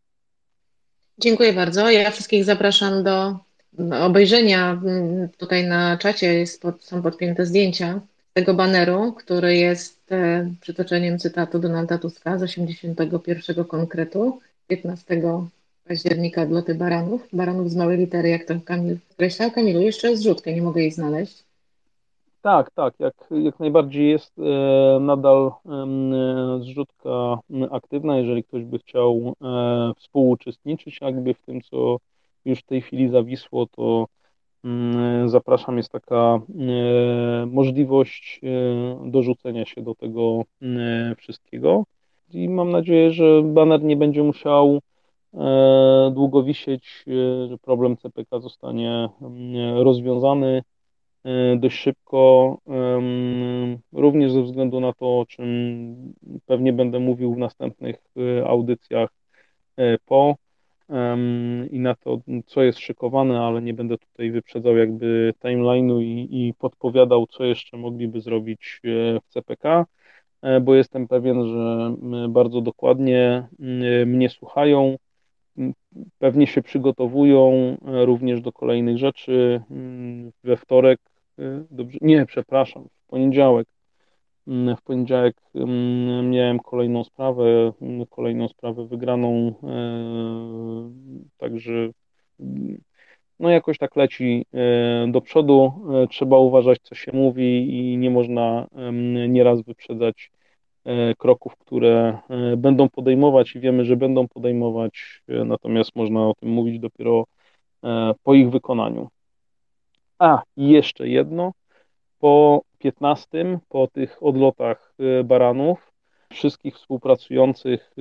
Dziękuję bardzo. Ja wszystkich zapraszam do obejrzenia. Tutaj na czacie są podpięte zdjęcia tego baneru, który jest przytoczeniem cytatu Donalda Tuska z 81 konkretu 15 października od loty baranów z małej litery, jak to Kamil określał. Kamilu, jeszcze zrzutkę, nie mogę jej znaleźć. Tak, jak najbardziej jest nadal zrzutka aktywna, jeżeli ktoś by chciał współuczestniczyć jakby w tym, co już w tej chwili zawisło, to zapraszam, jest taka możliwość dorzucenia się do tego wszystkiego i mam nadzieję, że baner nie będzie musiał długo wisieć, że problem CPK zostanie rozwiązany dość szybko, również ze względu na to, o czym pewnie będę mówił w następnych audycjach i na to, co jest szykowane, ale nie będę tutaj wyprzedzał jakby timeline'u i podpowiadał, co jeszcze mogliby zrobić w CPK, bo jestem pewien, że bardzo dokładnie mnie słuchają, pewnie się przygotowują również do kolejnych rzeczy. We wtorek, dobrze, nie, przepraszam, w poniedziałek. W poniedziałek miałem kolejną sprawę wygraną, także no jakoś tak leci do przodu. Trzeba uważać, co się mówi i nie można nieraz wyprzedzać kroków, które będą podejmować i wiemy, że będą podejmować, natomiast można o tym mówić dopiero po ich wykonaniu. I jeszcze jedno, po 15, po tych odlotach baranów, wszystkich współpracujących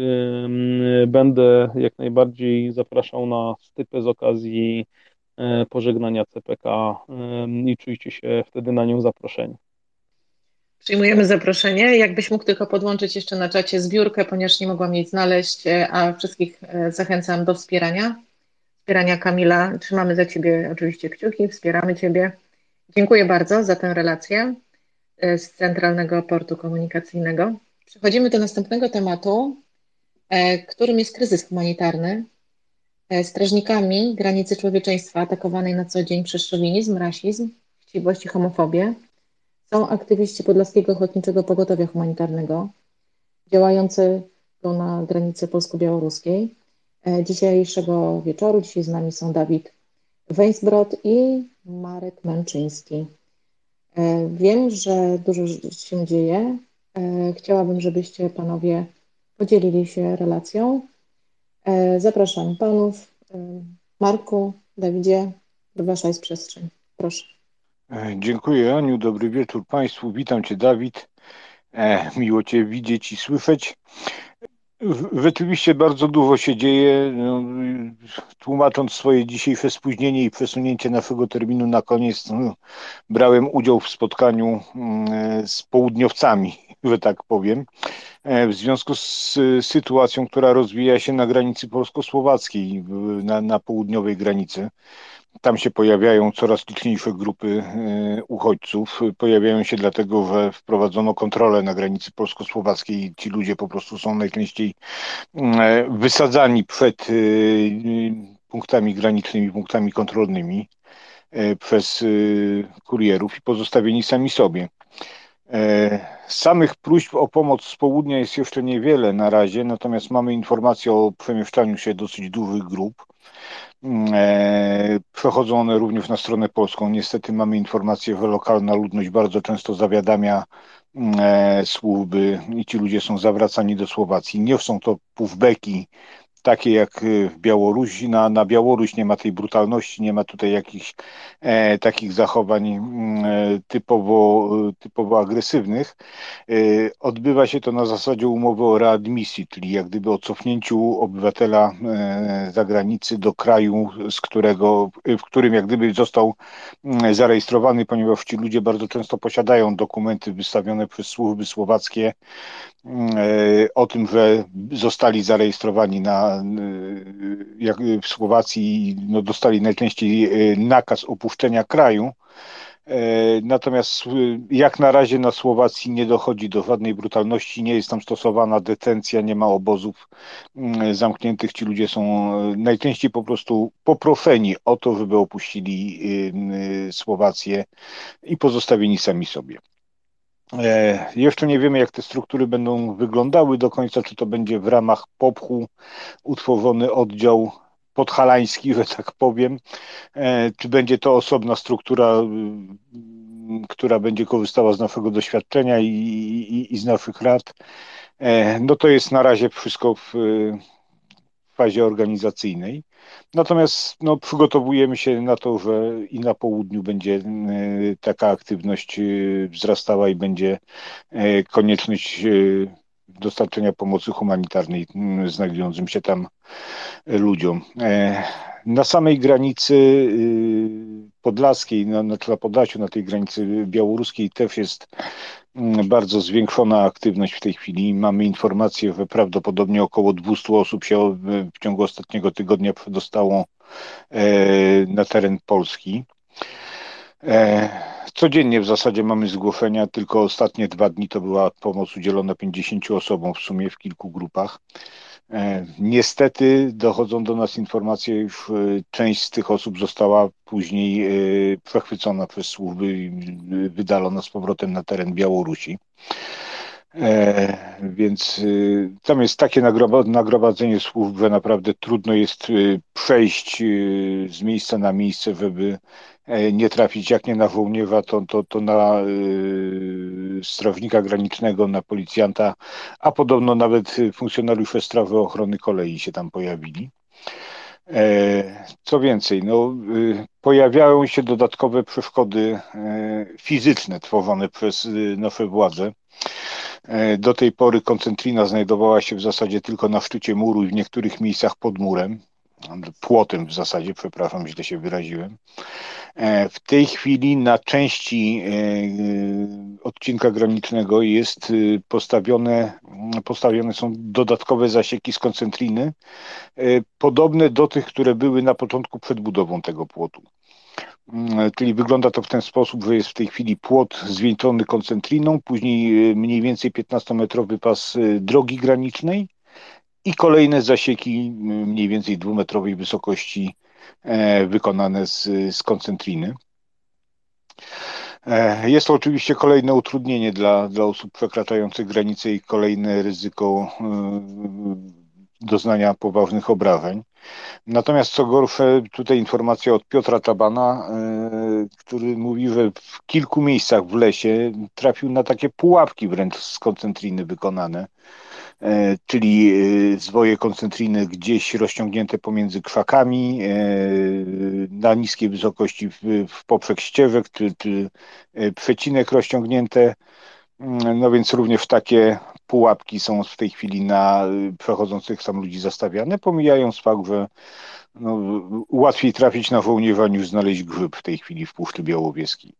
będę jak najbardziej zapraszał na stypę z okazji pożegnania CPK i czujcie się wtedy na nią zaproszeni. Przyjmujemy zaproszenie. Jakbyś mógł tylko podłączyć jeszcze na czacie zbiórkę, ponieważ nie mogłam jej znaleźć, a wszystkich zachęcam do wspierania Kamila. Trzymamy za Ciebie oczywiście kciuki, wspieramy Ciebie. Dziękuję bardzo za tę relację z Centralnego Portu Komunikacyjnego. Przechodzimy do następnego tematu, którym jest kryzys humanitarny. Strażnikami granicy człowieczeństwa atakowanej na co dzień przez szowinizm, rasizm, chciwość i homofobię są aktywiści Podlaskiego Ochotniczego Pogotowia Humanitarnego działający na granicy polsko-białoruskiej. Dzisiejszego wieczoru, dzisiaj z nami są Dawid Weinsbrod i Marek Męczyński. Wiem, że dużo się dzieje. Chciałabym, żebyście panowie podzielili się relacją. Zapraszam panów. Marku, Dawidzie, wasza jest przestrzeń. Proszę. Dziękuję, Aniu. Dobry wieczór Państwu. Witam Cię, Dawid. Miło Cię widzieć i słyszeć. Rzeczywiście bardzo dużo się dzieje. No, tłumacząc swoje dzisiejsze spóźnienie i przesunięcie naszego terminu na koniec, no, brałem udział w spotkaniu z południowcami, że tak powiem, w związku z sytuacją, która rozwija się na granicy polsko-słowackiej, na południowej granicy. Tam się pojawiają coraz liczniejsze grupy uchodźców. Pojawiają się dlatego, że wprowadzono kontrolę na granicy polsko-słowackiej i ci ludzie po prostu są najczęściej wysadzani przed punktami granicznymi, punktami kontrolnymi przez kurierów i pozostawieni sami sobie. Samych próśb o pomoc z południa jest jeszcze niewiele na razie, natomiast mamy informacje o przemieszczaniu się dosyć dużych grup. Przechodzą one również na stronę polską. Niestety mamy informację, że lokalna ludność bardzo często zawiadamia służby i ci ludzie są zawracani do Słowacji. Nie są to pushbacki takie jak w Białorusi. Na Białoruś nie ma tej brutalności, nie ma tutaj jakichś takich zachowań typowo agresywnych. Odbywa się to na zasadzie umowy o readmisji, czyli jak gdyby o cofnięciu obywatela zagranicy do kraju, w którym jak gdyby został zarejestrowany, ponieważ ci ludzie bardzo często posiadają dokumenty wystawione przez służby słowackie o tym, że zostali zarejestrowani w Słowacji, no, dostali najczęściej nakaz opuszczenia kraju. Natomiast jak na razie na Słowacji nie dochodzi do żadnej brutalności, nie jest tam stosowana detencja, nie ma obozów zamkniętych. Ci ludzie są najczęściej po prostu poproszeni o to, żeby opuścili Słowację i pozostawieni sami sobie. Jeszcze nie wiemy, jak te struktury będą wyglądały do końca, czy to będzie w ramach POPH-u utworzony oddział podhalański, że tak powiem, czy będzie to osobna struktura, która będzie korzystała z naszego doświadczenia i z naszych rad. No to jest na razie wszystko w fazie organizacyjnej. Natomiast no, przygotowujemy się na to, że i na południu będzie taka aktywność wzrastała i będzie konieczność dostarczenia pomocy humanitarnej znajdującym się tam ludziom. Na samej granicy podlaskiej, na Podlasiu, na tej granicy białoruskiej też jest bardzo zwiększona aktywność w tej chwili. Mamy informację, że prawdopodobnie około 200 osób się w ciągu ostatniego tygodnia przedostało na teren Polski. Codziennie w zasadzie mamy zgłoszenia, tylko ostatnie 2 dni to była pomoc udzielona 50 osobom w sumie w kilku grupach. Niestety dochodzą do nas informacje, już część z tych osób została później przechwycona przez służby i wydalona z powrotem na teren Białorusi. Więc tam jest takie nagromadzenie służb, że naprawdę trudno jest przejść z miejsca na miejsce, żeby nie trafić jak nie na żołnierza, to na strażnika granicznego, na policjanta, a podobno nawet funkcjonariusze Straży Ochrony Kolei się tam pojawili. Co więcej, no, pojawiają się dodatkowe przeszkody fizyczne tworzone przez nasze władze. Do tej pory koncentrina znajdowała się w zasadzie tylko na szczycie muru i w niektórych miejscach pod murem, płotem w zasadzie, przepraszam, źle się wyraziłem. W tej chwili na części odcinka granicznego jest postawione są dodatkowe zasieki z koncentriny, podobne do tych, które były na początku przed budową tego płotu. Czyli wygląda to w ten sposób, że jest w tej chwili płot zwieńczony koncentriną, później mniej więcej 15-metrowy pas drogi granicznej i kolejne zasieki mniej więcej 2-metrowej wysokości wykonane z koncentriny. Jest to oczywiście kolejne utrudnienie dla osób przekraczających granicę i kolejne ryzyko doznania poważnych obrażeń. Natomiast co gorsze, tutaj informacja od Piotra Tabana, który mówi, że w kilku miejscach w lesie trafił na takie pułapki wręcz z koncentriny wykonane, czyli zwoje koncentriny gdzieś rozciągnięte pomiędzy krzakami, na niskiej wysokości w poprzek ścieżek, czy przecinek rozciągnięte. No więc również takie pułapki są w tej chwili na przechodzących tam ludzi zastawiane, pomijając fakt, że no, łatwiej trafić na żołnierza niż znaleźć grzyb w tej chwili w Puszczy Białowieskiej.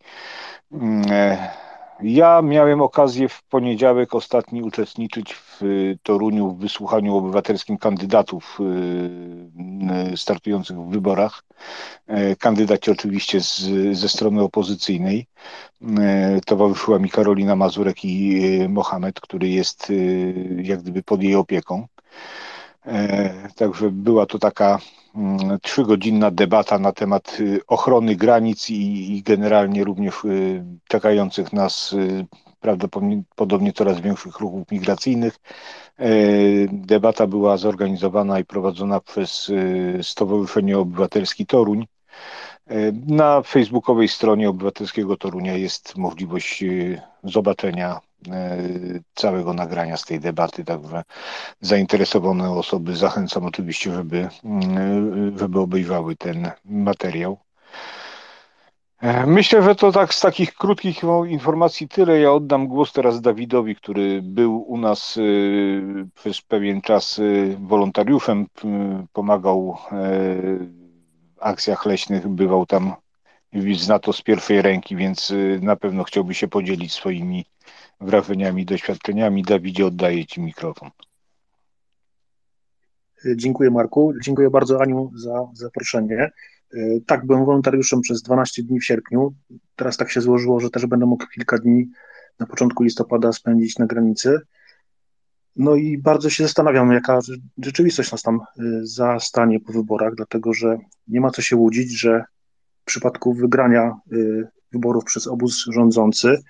Ja miałem okazję w poniedziałek ostatni uczestniczyć w Toruniu w wysłuchaniu obywatelskim kandydatów startujących w wyborach. Kandydaci oczywiście ze strony opozycyjnej. Towarzyszyła mi Karolina Mazurek i Mohamed, który jest jak gdyby pod jej opieką. Także była to taka 3-godzinna debata na temat ochrony granic i generalnie również czekających nas prawdopodobnie coraz większych ruchów migracyjnych. Debata była zorganizowana i prowadzona przez Stowarzyszenie Obywatelskie Toruń. Na facebookowej stronie Obywatelskiego Torunia jest możliwość zobaczenia całego nagrania z tej debaty, także zainteresowane osoby zachęcam oczywiście, żeby obejrzały ten materiał. Myślę, że to tak z takich krótkich informacji tyle. Ja oddam głos teraz Dawidowi, który był u nas przez pewien czas wolontariuszem, pomagał w akcjach leśnych, bywał tam, zna to z pierwszej ręki, więc na pewno chciałby się podzielić swoimi wrażeniami, doświadczeniami. Dawidzie, oddaję Ci mikrofon. Dziękuję, Marku. Dziękuję bardzo, Aniu, za zaproszenie. Tak, byłem wolontariuszem przez 12 dni w sierpniu. Teraz tak się złożyło, że też będę mógł kilka dni na początku listopada spędzić na granicy. No i bardzo się zastanawiam, jaka rzeczywistość nas tam zastanie po wyborach, dlatego że nie ma co się łudzić, że w przypadku wygrania wyborów przez obóz rządzący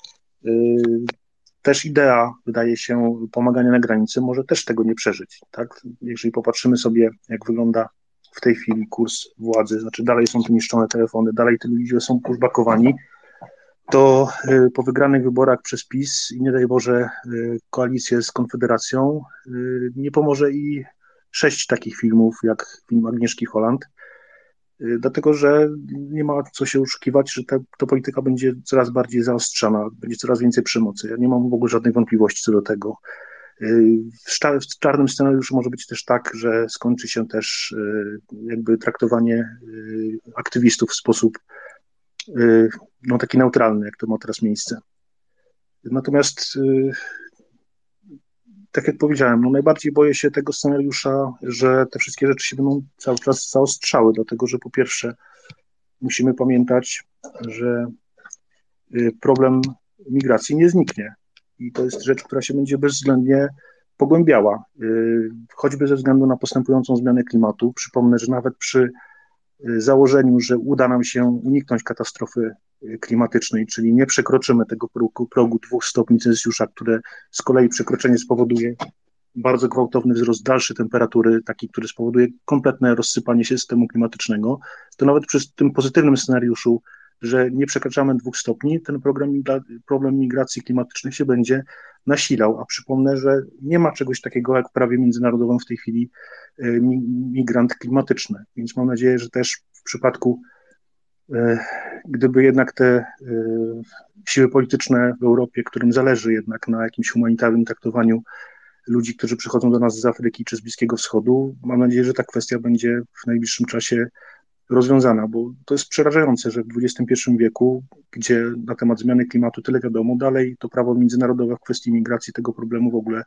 też idea, wydaje się, pomagania na granicy może też tego nie przeżyć, tak? Jeżeli popatrzymy sobie, jak wygląda w tej chwili kurs władzy, znaczy dalej są tu niszczone telefony, dalej te ludzie są pushbackowani, to po wygranych wyborach przez PiS i nie daj Boże koalicję z Konfederacją nie pomoże i 6 takich filmów, jak film Agnieszki Holland, dlatego że nie ma co się oszukiwać, że ta polityka będzie coraz bardziej zaostrzana, będzie coraz więcej przemocy. Ja nie mam w ogóle żadnych wątpliwości co do tego. W czarnym scenariuszu może być też tak, że skończy się też jakby traktowanie aktywistów w sposób no, taki neutralny, jak to ma teraz miejsce. Natomiast tak jak powiedziałem, no najbardziej boję się tego scenariusza, że te wszystkie rzeczy się będą cały czas zaostrzały, dlatego że po pierwsze musimy pamiętać, że problem migracji nie zniknie i to jest rzecz, która się będzie bezwzględnie pogłębiała, choćby ze względu na postępującą zmianę klimatu. Przypomnę, że nawet przy założeniu, że uda nam się uniknąć katastrofy klimatycznej, czyli nie przekroczymy tego progu 2 stopni Celsjusza, które z kolei przekroczenie spowoduje bardzo gwałtowny wzrost dalszy temperatury, taki, który spowoduje kompletne rozsypanie się systemu klimatycznego, to nawet przy tym pozytywnym scenariuszu, że nie przekraczamy 2 stopni, ten problem migracji klimatycznej się będzie nasilał, a przypomnę, że nie ma czegoś takiego jak w prawie międzynarodowym w tej chwili migrant klimatyczny, więc mam nadzieję, że też w przypadku gdyby jednak te siły polityczne w Europie, którym zależy jednak na jakimś humanitarnym traktowaniu ludzi, którzy przychodzą do nas z Afryki czy z Bliskiego Wschodu, mam nadzieję, że ta kwestia będzie w najbliższym czasie rozwiązana, bo to jest przerażające, że w XXI wieku, gdzie na temat zmiany klimatu tyle wiadomo, dalej to prawo międzynarodowe w kwestii migracji tego problemu w ogóle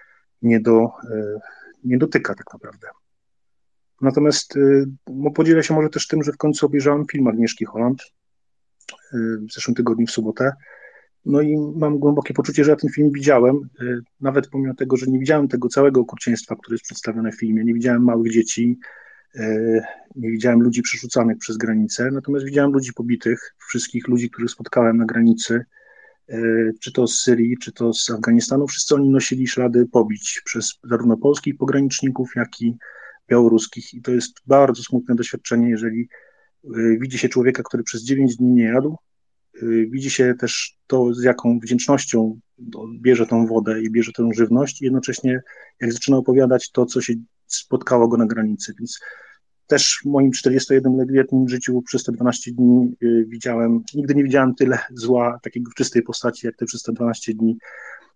nie dotyka tak naprawdę. Natomiast podzielę się może też tym, że w końcu obejrzałem film Agnieszki Holland w zeszłym tygodniu w sobotę. No i mam głębokie poczucie, że ja ten film widziałem, nawet pomimo tego, że nie widziałem tego całego okrucieństwa, które jest przedstawione w filmie, nie widziałem małych dzieci, nie widziałem ludzi przerzucanych przez granicę, natomiast widziałem ludzi pobitych, wszystkich ludzi, których spotkałem na granicy, czy to z Syrii, czy to z Afganistanu, wszyscy oni nosili ślady pobić przez zarówno polskich pograniczników, jak i białoruskich i to jest bardzo smutne doświadczenie, jeżeli widzi się człowieka, który przez 9 dni nie jadł, widzi się też to, z jaką wdzięcznością bierze tą wodę i bierze tę żywność i jednocześnie jak zaczyna opowiadać to, co się spotkało go na granicy, więc też w moim 41-letnim życiu przez te 12 dni nigdy nie widziałem tyle zła, takiego w czystej postaci, jak te przez te 12 dni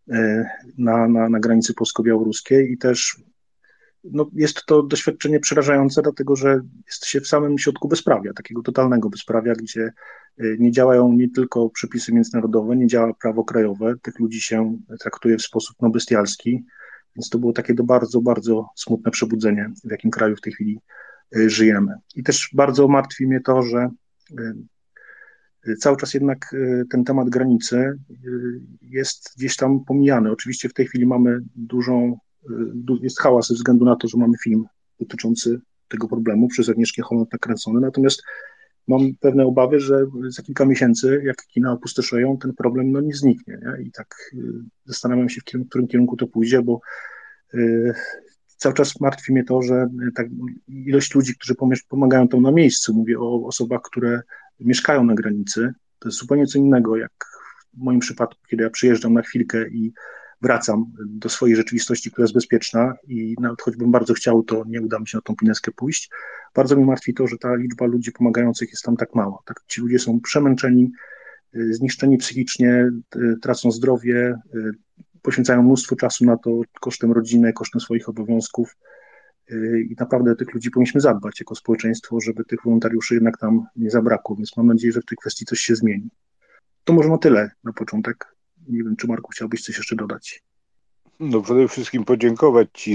na granicy polsko-białoruskiej i też no, jest to doświadczenie przerażające, dlatego że jest się w samym środku bezprawia, takiego totalnego bezprawia, gdzie nie działają nie tylko przepisy międzynarodowe, nie działa prawo krajowe, tych ludzi się traktuje w sposób no, bestialski, więc to było takie bardzo, bardzo smutne przebudzenie, w jakim kraju w tej chwili żyjemy. I też bardzo martwi mnie to, że cały czas jednak ten temat granicy jest gdzieś tam pomijany. Oczywiście w tej chwili mamy jest hałas ze względu na to, że mamy film dotyczący tego problemu przez Agnieszkę Holland nakręcony, natomiast mam pewne obawy, że za kilka miesięcy, jak kina opustoszeją, ten problem no, nie zniknie. Nie? I tak zastanawiam się, w którym kierunku to pójdzie, bo cały czas martwi mnie to, że tak, ilość ludzi, którzy pomagają tam na miejscu, mówię o osobach, które mieszkają na granicy, to jest zupełnie co innego, jak w moim przypadku, kiedy ja przyjeżdżam na chwilkę i wracam do swojej rzeczywistości, która jest bezpieczna i nawet choćbym bardzo chciał, to nie uda mi się na tą Pineskę pójść. Bardzo mnie martwi to, że ta liczba ludzi pomagających jest tam tak mała. Tak, ci ludzie są przemęczeni, zniszczeni psychicznie, tracą zdrowie, poświęcają mnóstwo czasu na to kosztem rodziny, kosztem swoich obowiązków i naprawdę tych ludzi powinniśmy zadbać jako społeczeństwo, żeby tych wolontariuszy jednak tam nie zabrakło, więc mam nadzieję, że w tej kwestii coś się zmieni. To może na tyle na początek. Nie wiem, czy Marku chciałbyś coś jeszcze dodać? No przede wszystkim podziękować Ci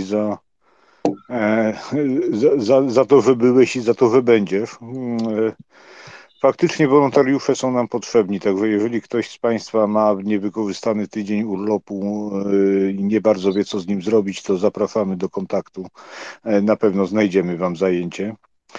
za to, że byłeś i za to, że będziesz. Faktycznie wolontariusze są nam potrzebni, także jeżeli ktoś z Państwa ma niewykorzystany tydzień urlopu i nie bardzo wie, co z nim zrobić, to zapraszamy do kontaktu. Na pewno znajdziemy Wam zajęcie.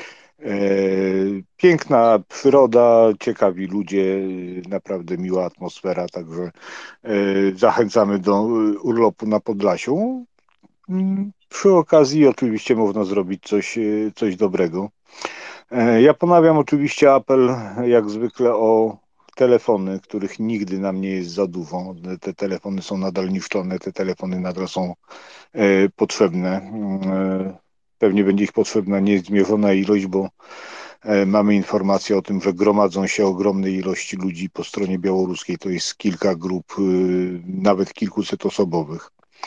Piękna przyroda, ciekawi ludzie, naprawdę miła atmosfera, także zachęcamy do urlopu na Podlasiu. Przy okazji oczywiście można zrobić coś dobrego. Ja ponawiam oczywiście apel, jak zwykle, o telefony, których nigdy nam nie jest za dużo. Te telefony są nadal niszczone, te telefony nadal są potrzebne. Pewnie będzie ich potrzebna niezmierzona ilość, bo mamy informację o tym, że gromadzą się ogromne ilości ludzi po stronie białoruskiej. To jest kilka grup, nawet kilkusetosobowych.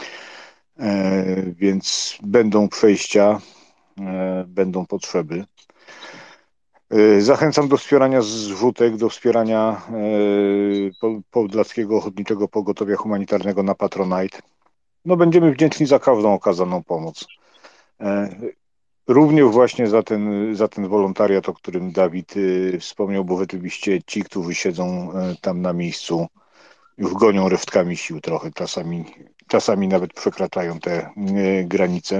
Więc będą przejścia, będą potrzeby. Zachęcam do wspierania zrzutek, do wspierania Podlaskiego Ochotniczego Pogotowia Humanitarnego na Patronite. No, będziemy wdzięczni za każdą okazaną pomoc. Również właśnie za ten wolontariat, o którym Dawid wspomniał, bo rzeczywiście ci, którzy siedzą tam na miejscu, już gonią resztkami sił trochę, czasami nawet przekraczają te granice.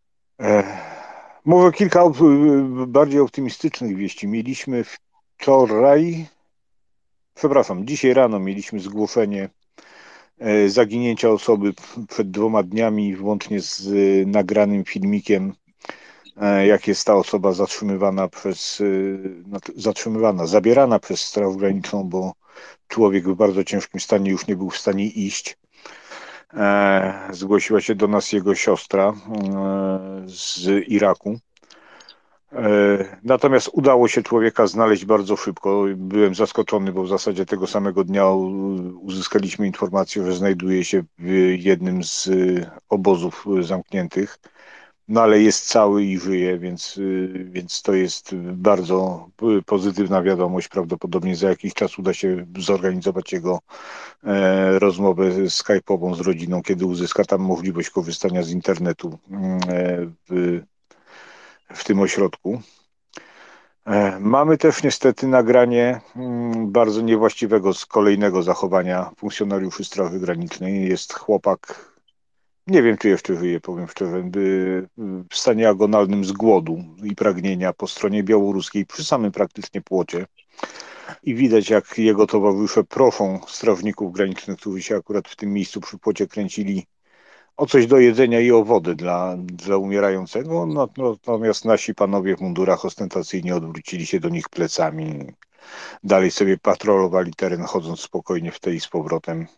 Może kilka bardziej optymistycznych wieści. Mieliśmy dzisiaj rano mieliśmy zgłoszenie zaginięcia osoby przed 2 dniami, włącznie z nagranym filmikiem, jak jest ta osoba zabierana przez Straż Graniczną, bo człowiek w bardzo ciężkim stanie już nie był w stanie iść. Zgłosiła się do nas jego siostra z Iraku. Natomiast udało się człowieka znaleźć bardzo szybko. Byłem zaskoczony, bo w zasadzie tego samego dnia uzyskaliśmy informację, że znajduje się w jednym z obozów zamkniętych. No ale jest cały i żyje, więc to jest bardzo pozytywna wiadomość. Prawdopodobnie za jakiś czas uda się zorganizować jego rozmowę skype'ową z rodziną, kiedy uzyska tam możliwość korzystania z internetu w tym ośrodku. Mamy też niestety nagranie bardzo niewłaściwego z kolejnego zachowania funkcjonariuszy Straży Granicznej. Jest chłopak, nie wiem czy jeszcze żyje, powiem szczerze, w stanie agonalnym z głodu i pragnienia po stronie białoruskiej przy samym praktycznie płocie. I widać, jak jego towarzysze proszą strażników granicznych, którzy się akurat w tym miejscu przy płocie kręcili, o coś do jedzenia i o wodę dla umierającego. Natomiast nasi panowie w mundurach ostentacyjnie odwrócili się do nich plecami. Dalej sobie patrolowali teren, chodząc spokojnie w tej i z powrotem.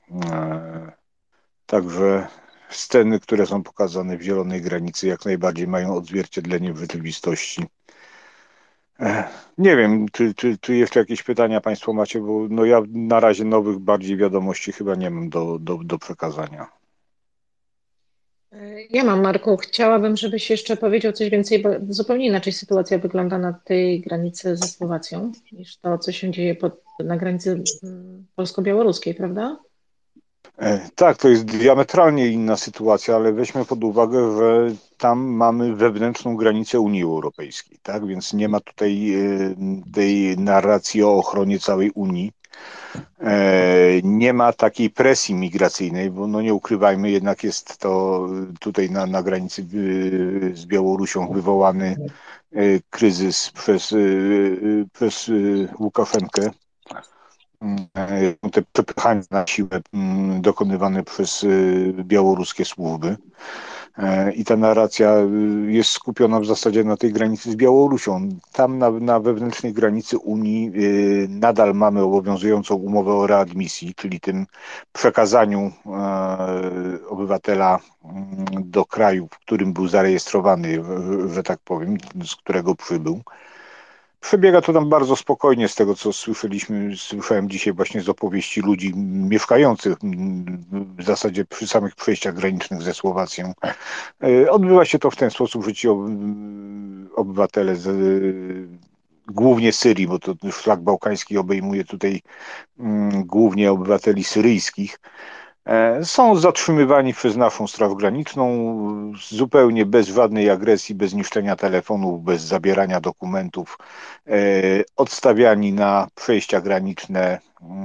Także sceny, które są pokazane w Zielonej Granicy, jak najbardziej mają odzwierciedlenie w rzeczywistości. Nie wiem, czy jeszcze jakieś pytania Państwo macie, bo no ja na razie nowych bardziej wiadomości chyba nie mam do przekazania. Ja mam, Marku, chciałabym, żebyś jeszcze powiedział coś więcej, bo zupełnie inaczej sytuacja wygląda na tej granicy ze Słowacją niż to, co się dzieje na granicy polsko-białoruskiej, prawda? Tak, to jest diametralnie inna sytuacja, ale weźmy pod uwagę, że tam mamy wewnętrzną granicę Unii Europejskiej, tak? Więc nie ma tutaj tej narracji o ochronie całej Unii. Nie ma takiej presji migracyjnej, bo no nie ukrywajmy, jednak jest to tutaj na granicy z Białorusią wywołany kryzys przez Łukaszenkę. Te przepychania na siłę dokonywane przez białoruskie służby. I ta narracja jest skupiona w zasadzie na tej granicy z Białorusią. Tam na wewnętrznej granicy Unii nadal mamy obowiązującą umowę o readmisji, czyli tym przekazaniu obywatela do kraju, w którym był zarejestrowany, że tak powiem, z którego przybył. Przebiega to tam bardzo spokojnie z tego, co słyszałem dzisiaj właśnie z opowieści ludzi mieszkających w zasadzie przy samych przejściach granicznych ze Słowacją. Odbywa się to w ten sposób, że ci obywatele głównie Syrii, bo to szlak bałkański obejmuje tutaj głównie obywateli syryjskich, są zatrzymywani przez naszą Straż Graniczną zupełnie bez żadnej agresji, bez niszczenia telefonów, bez zabierania dokumentów, odstawiani na przejścia graniczne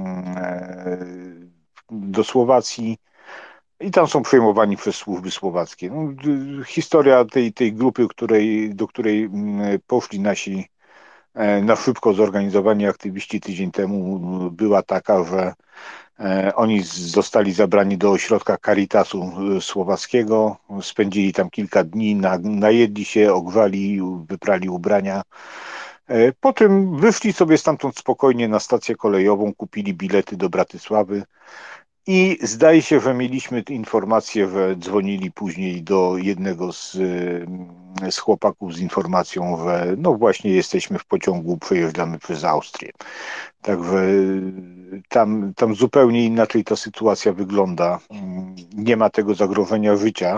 do Słowacji i tam są przejmowani przez służby słowackie. No, historia tej grupy, do której poszli nasi na szybko zorganizowani aktywiści tydzień temu, była taka, że oni zostali zabrani do ośrodka Caritasu słowackiego, spędzili tam kilka dni, najedli się, ogrzali, wyprali ubrania. Po czym wyszli sobie stamtąd spokojnie na stację kolejową, kupili bilety do Bratysławy i zdaje się, że mieliśmy informację, że dzwonili później do jednego z chłopaków z informacją, że no właśnie jesteśmy w pociągu, przejeżdżamy przez Austrię. Także tam zupełnie inaczej ta sytuacja wygląda. Nie ma tego zagrożenia życia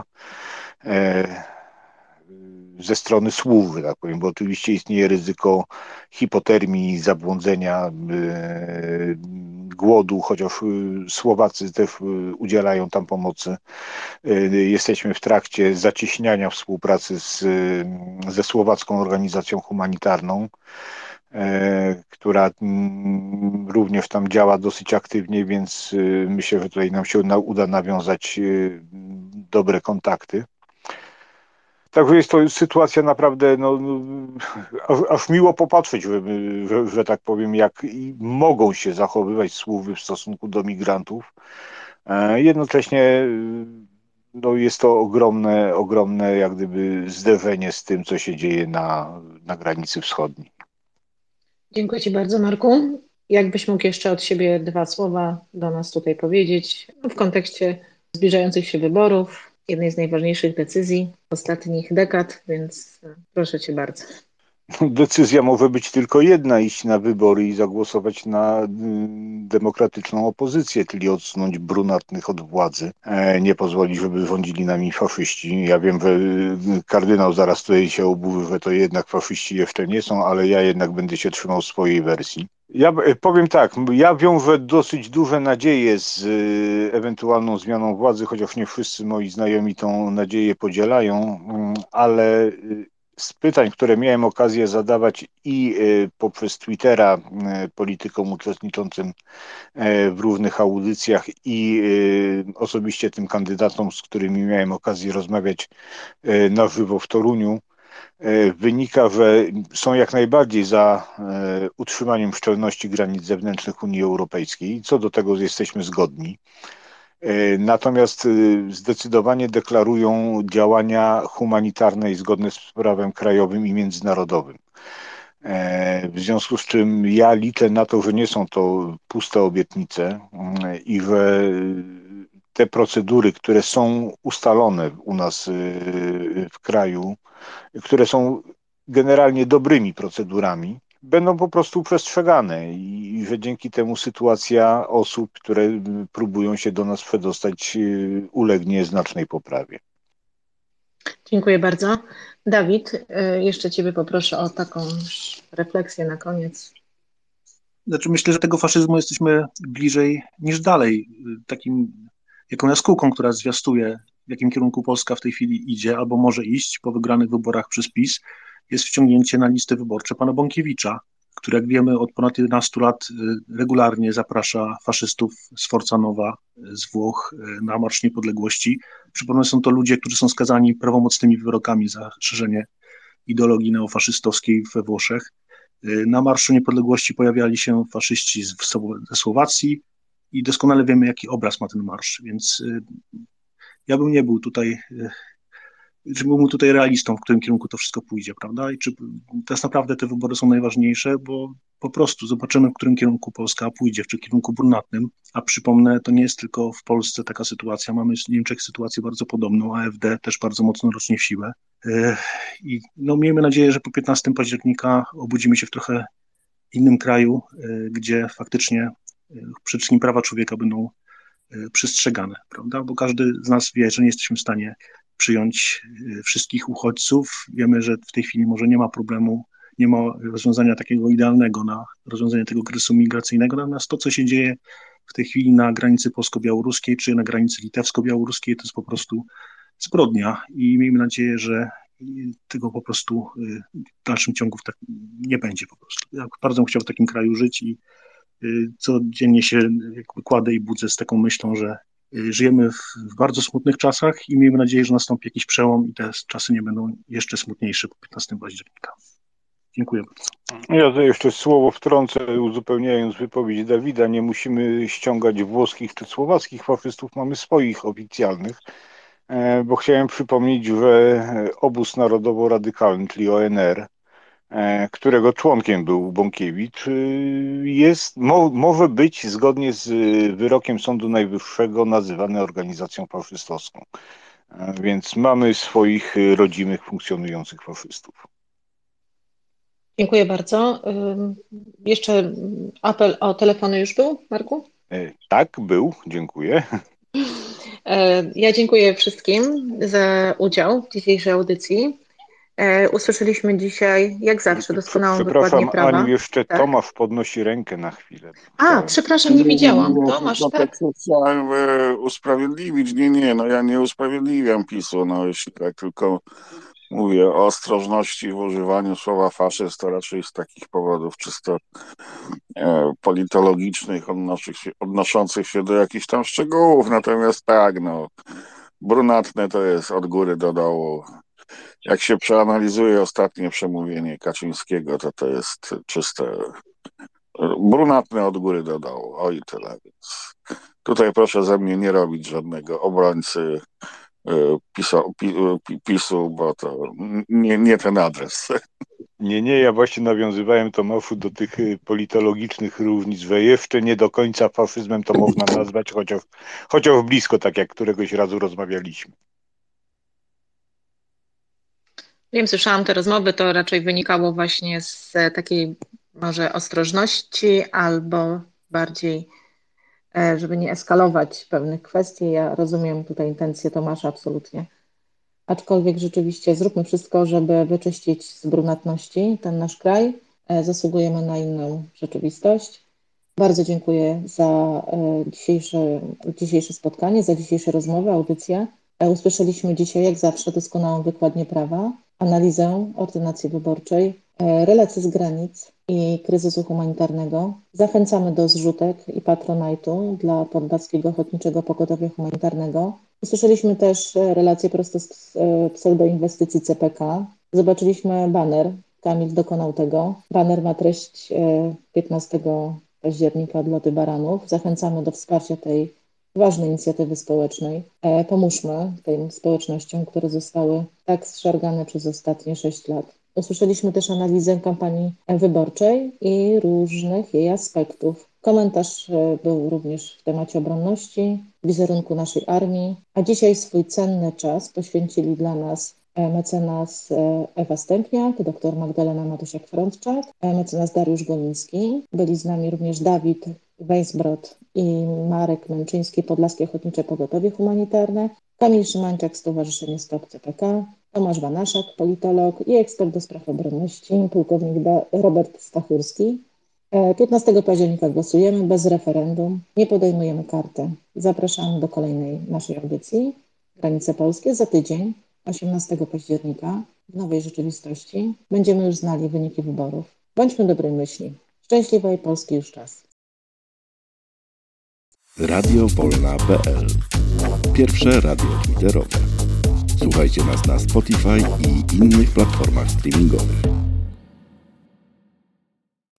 ze strony służby, tak powiem, bo oczywiście istnieje ryzyko hipotermii, zabłądzenia, głodu, chociaż Słowacy też udzielają tam pomocy. Jesteśmy w trakcie zacieśniania współpracy ze Słowacką Organizacją Humanitarną, która również tam działa dosyć aktywnie, więc myślę, że tutaj nam się uda nawiązać dobre kontakty. Także jest to sytuacja naprawdę, aż miło popatrzeć, że tak powiem, jak mogą się zachowywać służby w stosunku do migrantów. Jednocześnie jest to ogromne jak gdyby zderzenie z tym, co się dzieje na granicy wschodniej. Dziękuję Ci bardzo, Marku. Jakbyś mógł jeszcze od siebie 2 słowa do nas tutaj powiedzieć w kontekście zbliżających się wyborów, jednej z najważniejszych decyzji ostatnich dekad, więc proszę Cię bardzo. Decyzja może być tylko jedna, iść na wybory i zagłosować na demokratyczną opozycję, czyli odsunąć brunatnych od władzy, nie pozwolić, żeby rządzili nami faszyści. Ja wiem, że kardynał zaraz tutaj się oburzy, że to jednak faszyści jeszcze nie są, ale ja jednak będę się trzymał swojej wersji. Ja powiem tak, ja wiążę dosyć duże nadzieje z ewentualną zmianą władzy, chociaż nie wszyscy moi znajomi tą nadzieję podzielają, ale z pytań, które miałem okazję zadawać i poprzez Twittera politykom uczestniczącym w różnych audycjach i osobiście tym kandydatom, z którymi miałem okazję rozmawiać na żywo w Toruniu, wynika, że są jak najbardziej za utrzymaniem szczelności granic zewnętrznych Unii Europejskiej. Co do tego jesteśmy zgodni. Natomiast zdecydowanie deklarują działania humanitarne i zgodne z prawem krajowym i międzynarodowym. W związku z czym ja liczę na to, że nie są to puste obietnice i że te procedury, które są ustalone u nas w kraju, które są generalnie dobrymi procedurami, będą po prostu przestrzegane i że dzięki temu sytuacja osób, które próbują się do nas przedostać, ulegnie znacznej poprawie. Dziękuję bardzo. Dawid, jeszcze Ciebie poproszę o taką refleksję na koniec. Znaczy myślę, że tego faszyzmu jesteśmy bliżej niż dalej. Takim, jaką jaskółką, która zwiastuje, w jakim kierunku Polska w tej chwili idzie albo może iść po wygranych wyborach przez PiS, jest wciągnięcie na listy wyborcze pana Bąkiewicza, który, jak wiemy, od ponad 11 lat regularnie zaprasza faszystów z Forza Nowa, z Włoch na Marsz Niepodległości. Przypomnę, są to ludzie, którzy są skazani prawomocnymi wyrokami za szerzenie ideologii neofaszystowskiej we Włoszech. Na Marszu Niepodległości pojawiali się faszyści ze Słowacji i doskonale wiemy, jaki obraz ma ten marsz, więc ja bym nie był tutaj, czy byłbym tutaj realistą, w którym kierunku to wszystko pójdzie, prawda? I czy teraz naprawdę te wybory są najważniejsze, bo po prostu zobaczymy, w którym kierunku Polska pójdzie, czy w kierunku brunatnym, a przypomnę, to nie jest tylko w Polsce taka sytuacja, mamy w Niemczech sytuację bardzo podobną, AfD też bardzo mocno rośnie w siłę. I no, miejmy nadzieję, że po 15 października obudzimy się w trochę innym kraju, gdzie faktycznie przestrzeganie prawa człowieka będą przestrzegane, prawda? Bo każdy z nas wie, że nie jesteśmy w stanie przyjąć wszystkich uchodźców. Wiemy, że w tej chwili może nie ma problemu, nie ma rozwiązania takiego idealnego na rozwiązanie tego kryzysu migracyjnego, natomiast to, co się dzieje w tej chwili na granicy polsko-białoruskiej czy na granicy litewsko-białoruskiej, to jest po prostu zbrodnia i miejmy nadzieję, że tego po prostu w dalszym ciągu tak nie będzie po prostu. Ja bardzo bym chciał w takim kraju żyć i codziennie się jakby kładę i budzę z taką myślą, że żyjemy w bardzo smutnych czasach i miejmy nadzieję, że nastąpi jakiś przełom i te czasy nie będą jeszcze smutniejsze po 15 października. Dziękuję bardzo. Ja to jeszcze słowo wtrącę, uzupełniając wypowiedź Dawida. Nie musimy ściągać włoskich czy słowackich faszystów, mamy swoich oficjalnych, bo chciałem przypomnieć, że obóz narodowo-radykalny, czyli ONR, którego członkiem był Bąkiewicz, może być zgodnie z wyrokiem Sądu Najwyższego nazywany organizacją faszystowską. Więc mamy swoich rodzimych, funkcjonujących faszystów. Dziękuję bardzo. Jeszcze apel o telefony już był, Marku? Tak, był. Dziękuję. Ja dziękuję wszystkim za udział w dzisiejszej audycji. Usłyszeliśmy dzisiaj, jak zawsze, doskonałą wykładnię prawa. Aniu, jeszcze tak? Tomasz podnosi rękę na chwilę. Przepraszam, nie widziałam. Tomasz, tak? Chciałem usprawiedliwić. Nie, no ja nie usprawiedliwiam PiS-u, no jeśli tak tylko mówię o ostrożności w używaniu słowa faszyst, to raczej z takich powodów czysto politologicznych, odnoszących się do jakichś tam szczegółów. Natomiast tak, no, brunatne to jest od góry do dołu. Jak się przeanalizuje ostatnie przemówienie Kaczyńskiego, to jest czyste brunatne od góry do dołu. O i tyle. Więc tutaj proszę ze mnie nie robić żadnego obrońcy PiS-u, bo to nie ten adres. Nie, ja właśnie nawiązywałem, Tomaszu, do tych politologicznych różnic, że jeszcze nie do końca faszyzmem to można nazwać, chociaż blisko, tak jak któregoś razu rozmawialiśmy. Wiem, słyszałam te rozmowy, to raczej wynikało właśnie z takiej może ostrożności albo bardziej, żeby nie eskalować pewnych kwestii. Ja rozumiem tutaj intencje Tomasza absolutnie. Aczkolwiek rzeczywiście zróbmy wszystko, żeby wyczyścić z brunatności ten nasz kraj. Zasługujemy na inną rzeczywistość. Bardzo dziękuję za dzisiejsze spotkanie, za dzisiejsze rozmowy, audycję. Usłyszeliśmy dzisiaj, jak zawsze, doskonałą wykładnię prawa, analizę ordynacji wyborczej, relacje z granic i kryzysu humanitarnego. Zachęcamy do zrzutek i patronajtu dla Podlaskiego Ochotniczego Pogotowia Humanitarnego. Usłyszeliśmy też relacje prosto z pseudoinwestycji CPK. Zobaczyliśmy baner. Kamil dokonał tego. Baner ma treść 15 października odloty baranów. Zachęcamy do wsparcia tej ważnej inicjatywy społecznej. Pomóżmy tym społecznościom, które zostały tak zszargane przez ostatnie 6 lat. Usłyszeliśmy też analizę kampanii wyborczej i różnych jej aspektów. Komentarz był również w temacie obronności, wizerunku naszej armii, a dzisiaj swój cenny czas poświęcili dla nas mecenas Ewa Stępniak, dr Magdalena Matusiak-Frądczak, mecenas Dariusz Goliński. Byli z nami również Dawid Weisbrod i Marek Męczyński, Podlaskie Ochotnicze Pogotowie Humanitarne, Kamil Szymańczak, Stowarzyszenie Stop CPK, Tomasz Banaszak, politolog i ekspert do spraw obronności, pułkownik Robert Stachurski. 15 października głosujemy bez referendum, nie podejmujemy karty. Zapraszamy do kolejnej naszej audycji Granice Polskie za tydzień, 18 października, w nowej rzeczywistości. Będziemy już znali wyniki wyborów. Bądźmy dobrej myśli. Szczęśliwej Polski już czas. Radiowolna.pl. Pierwsze radio twitterowe. Słuchajcie nas na Spotify i innych platformach streamingowych.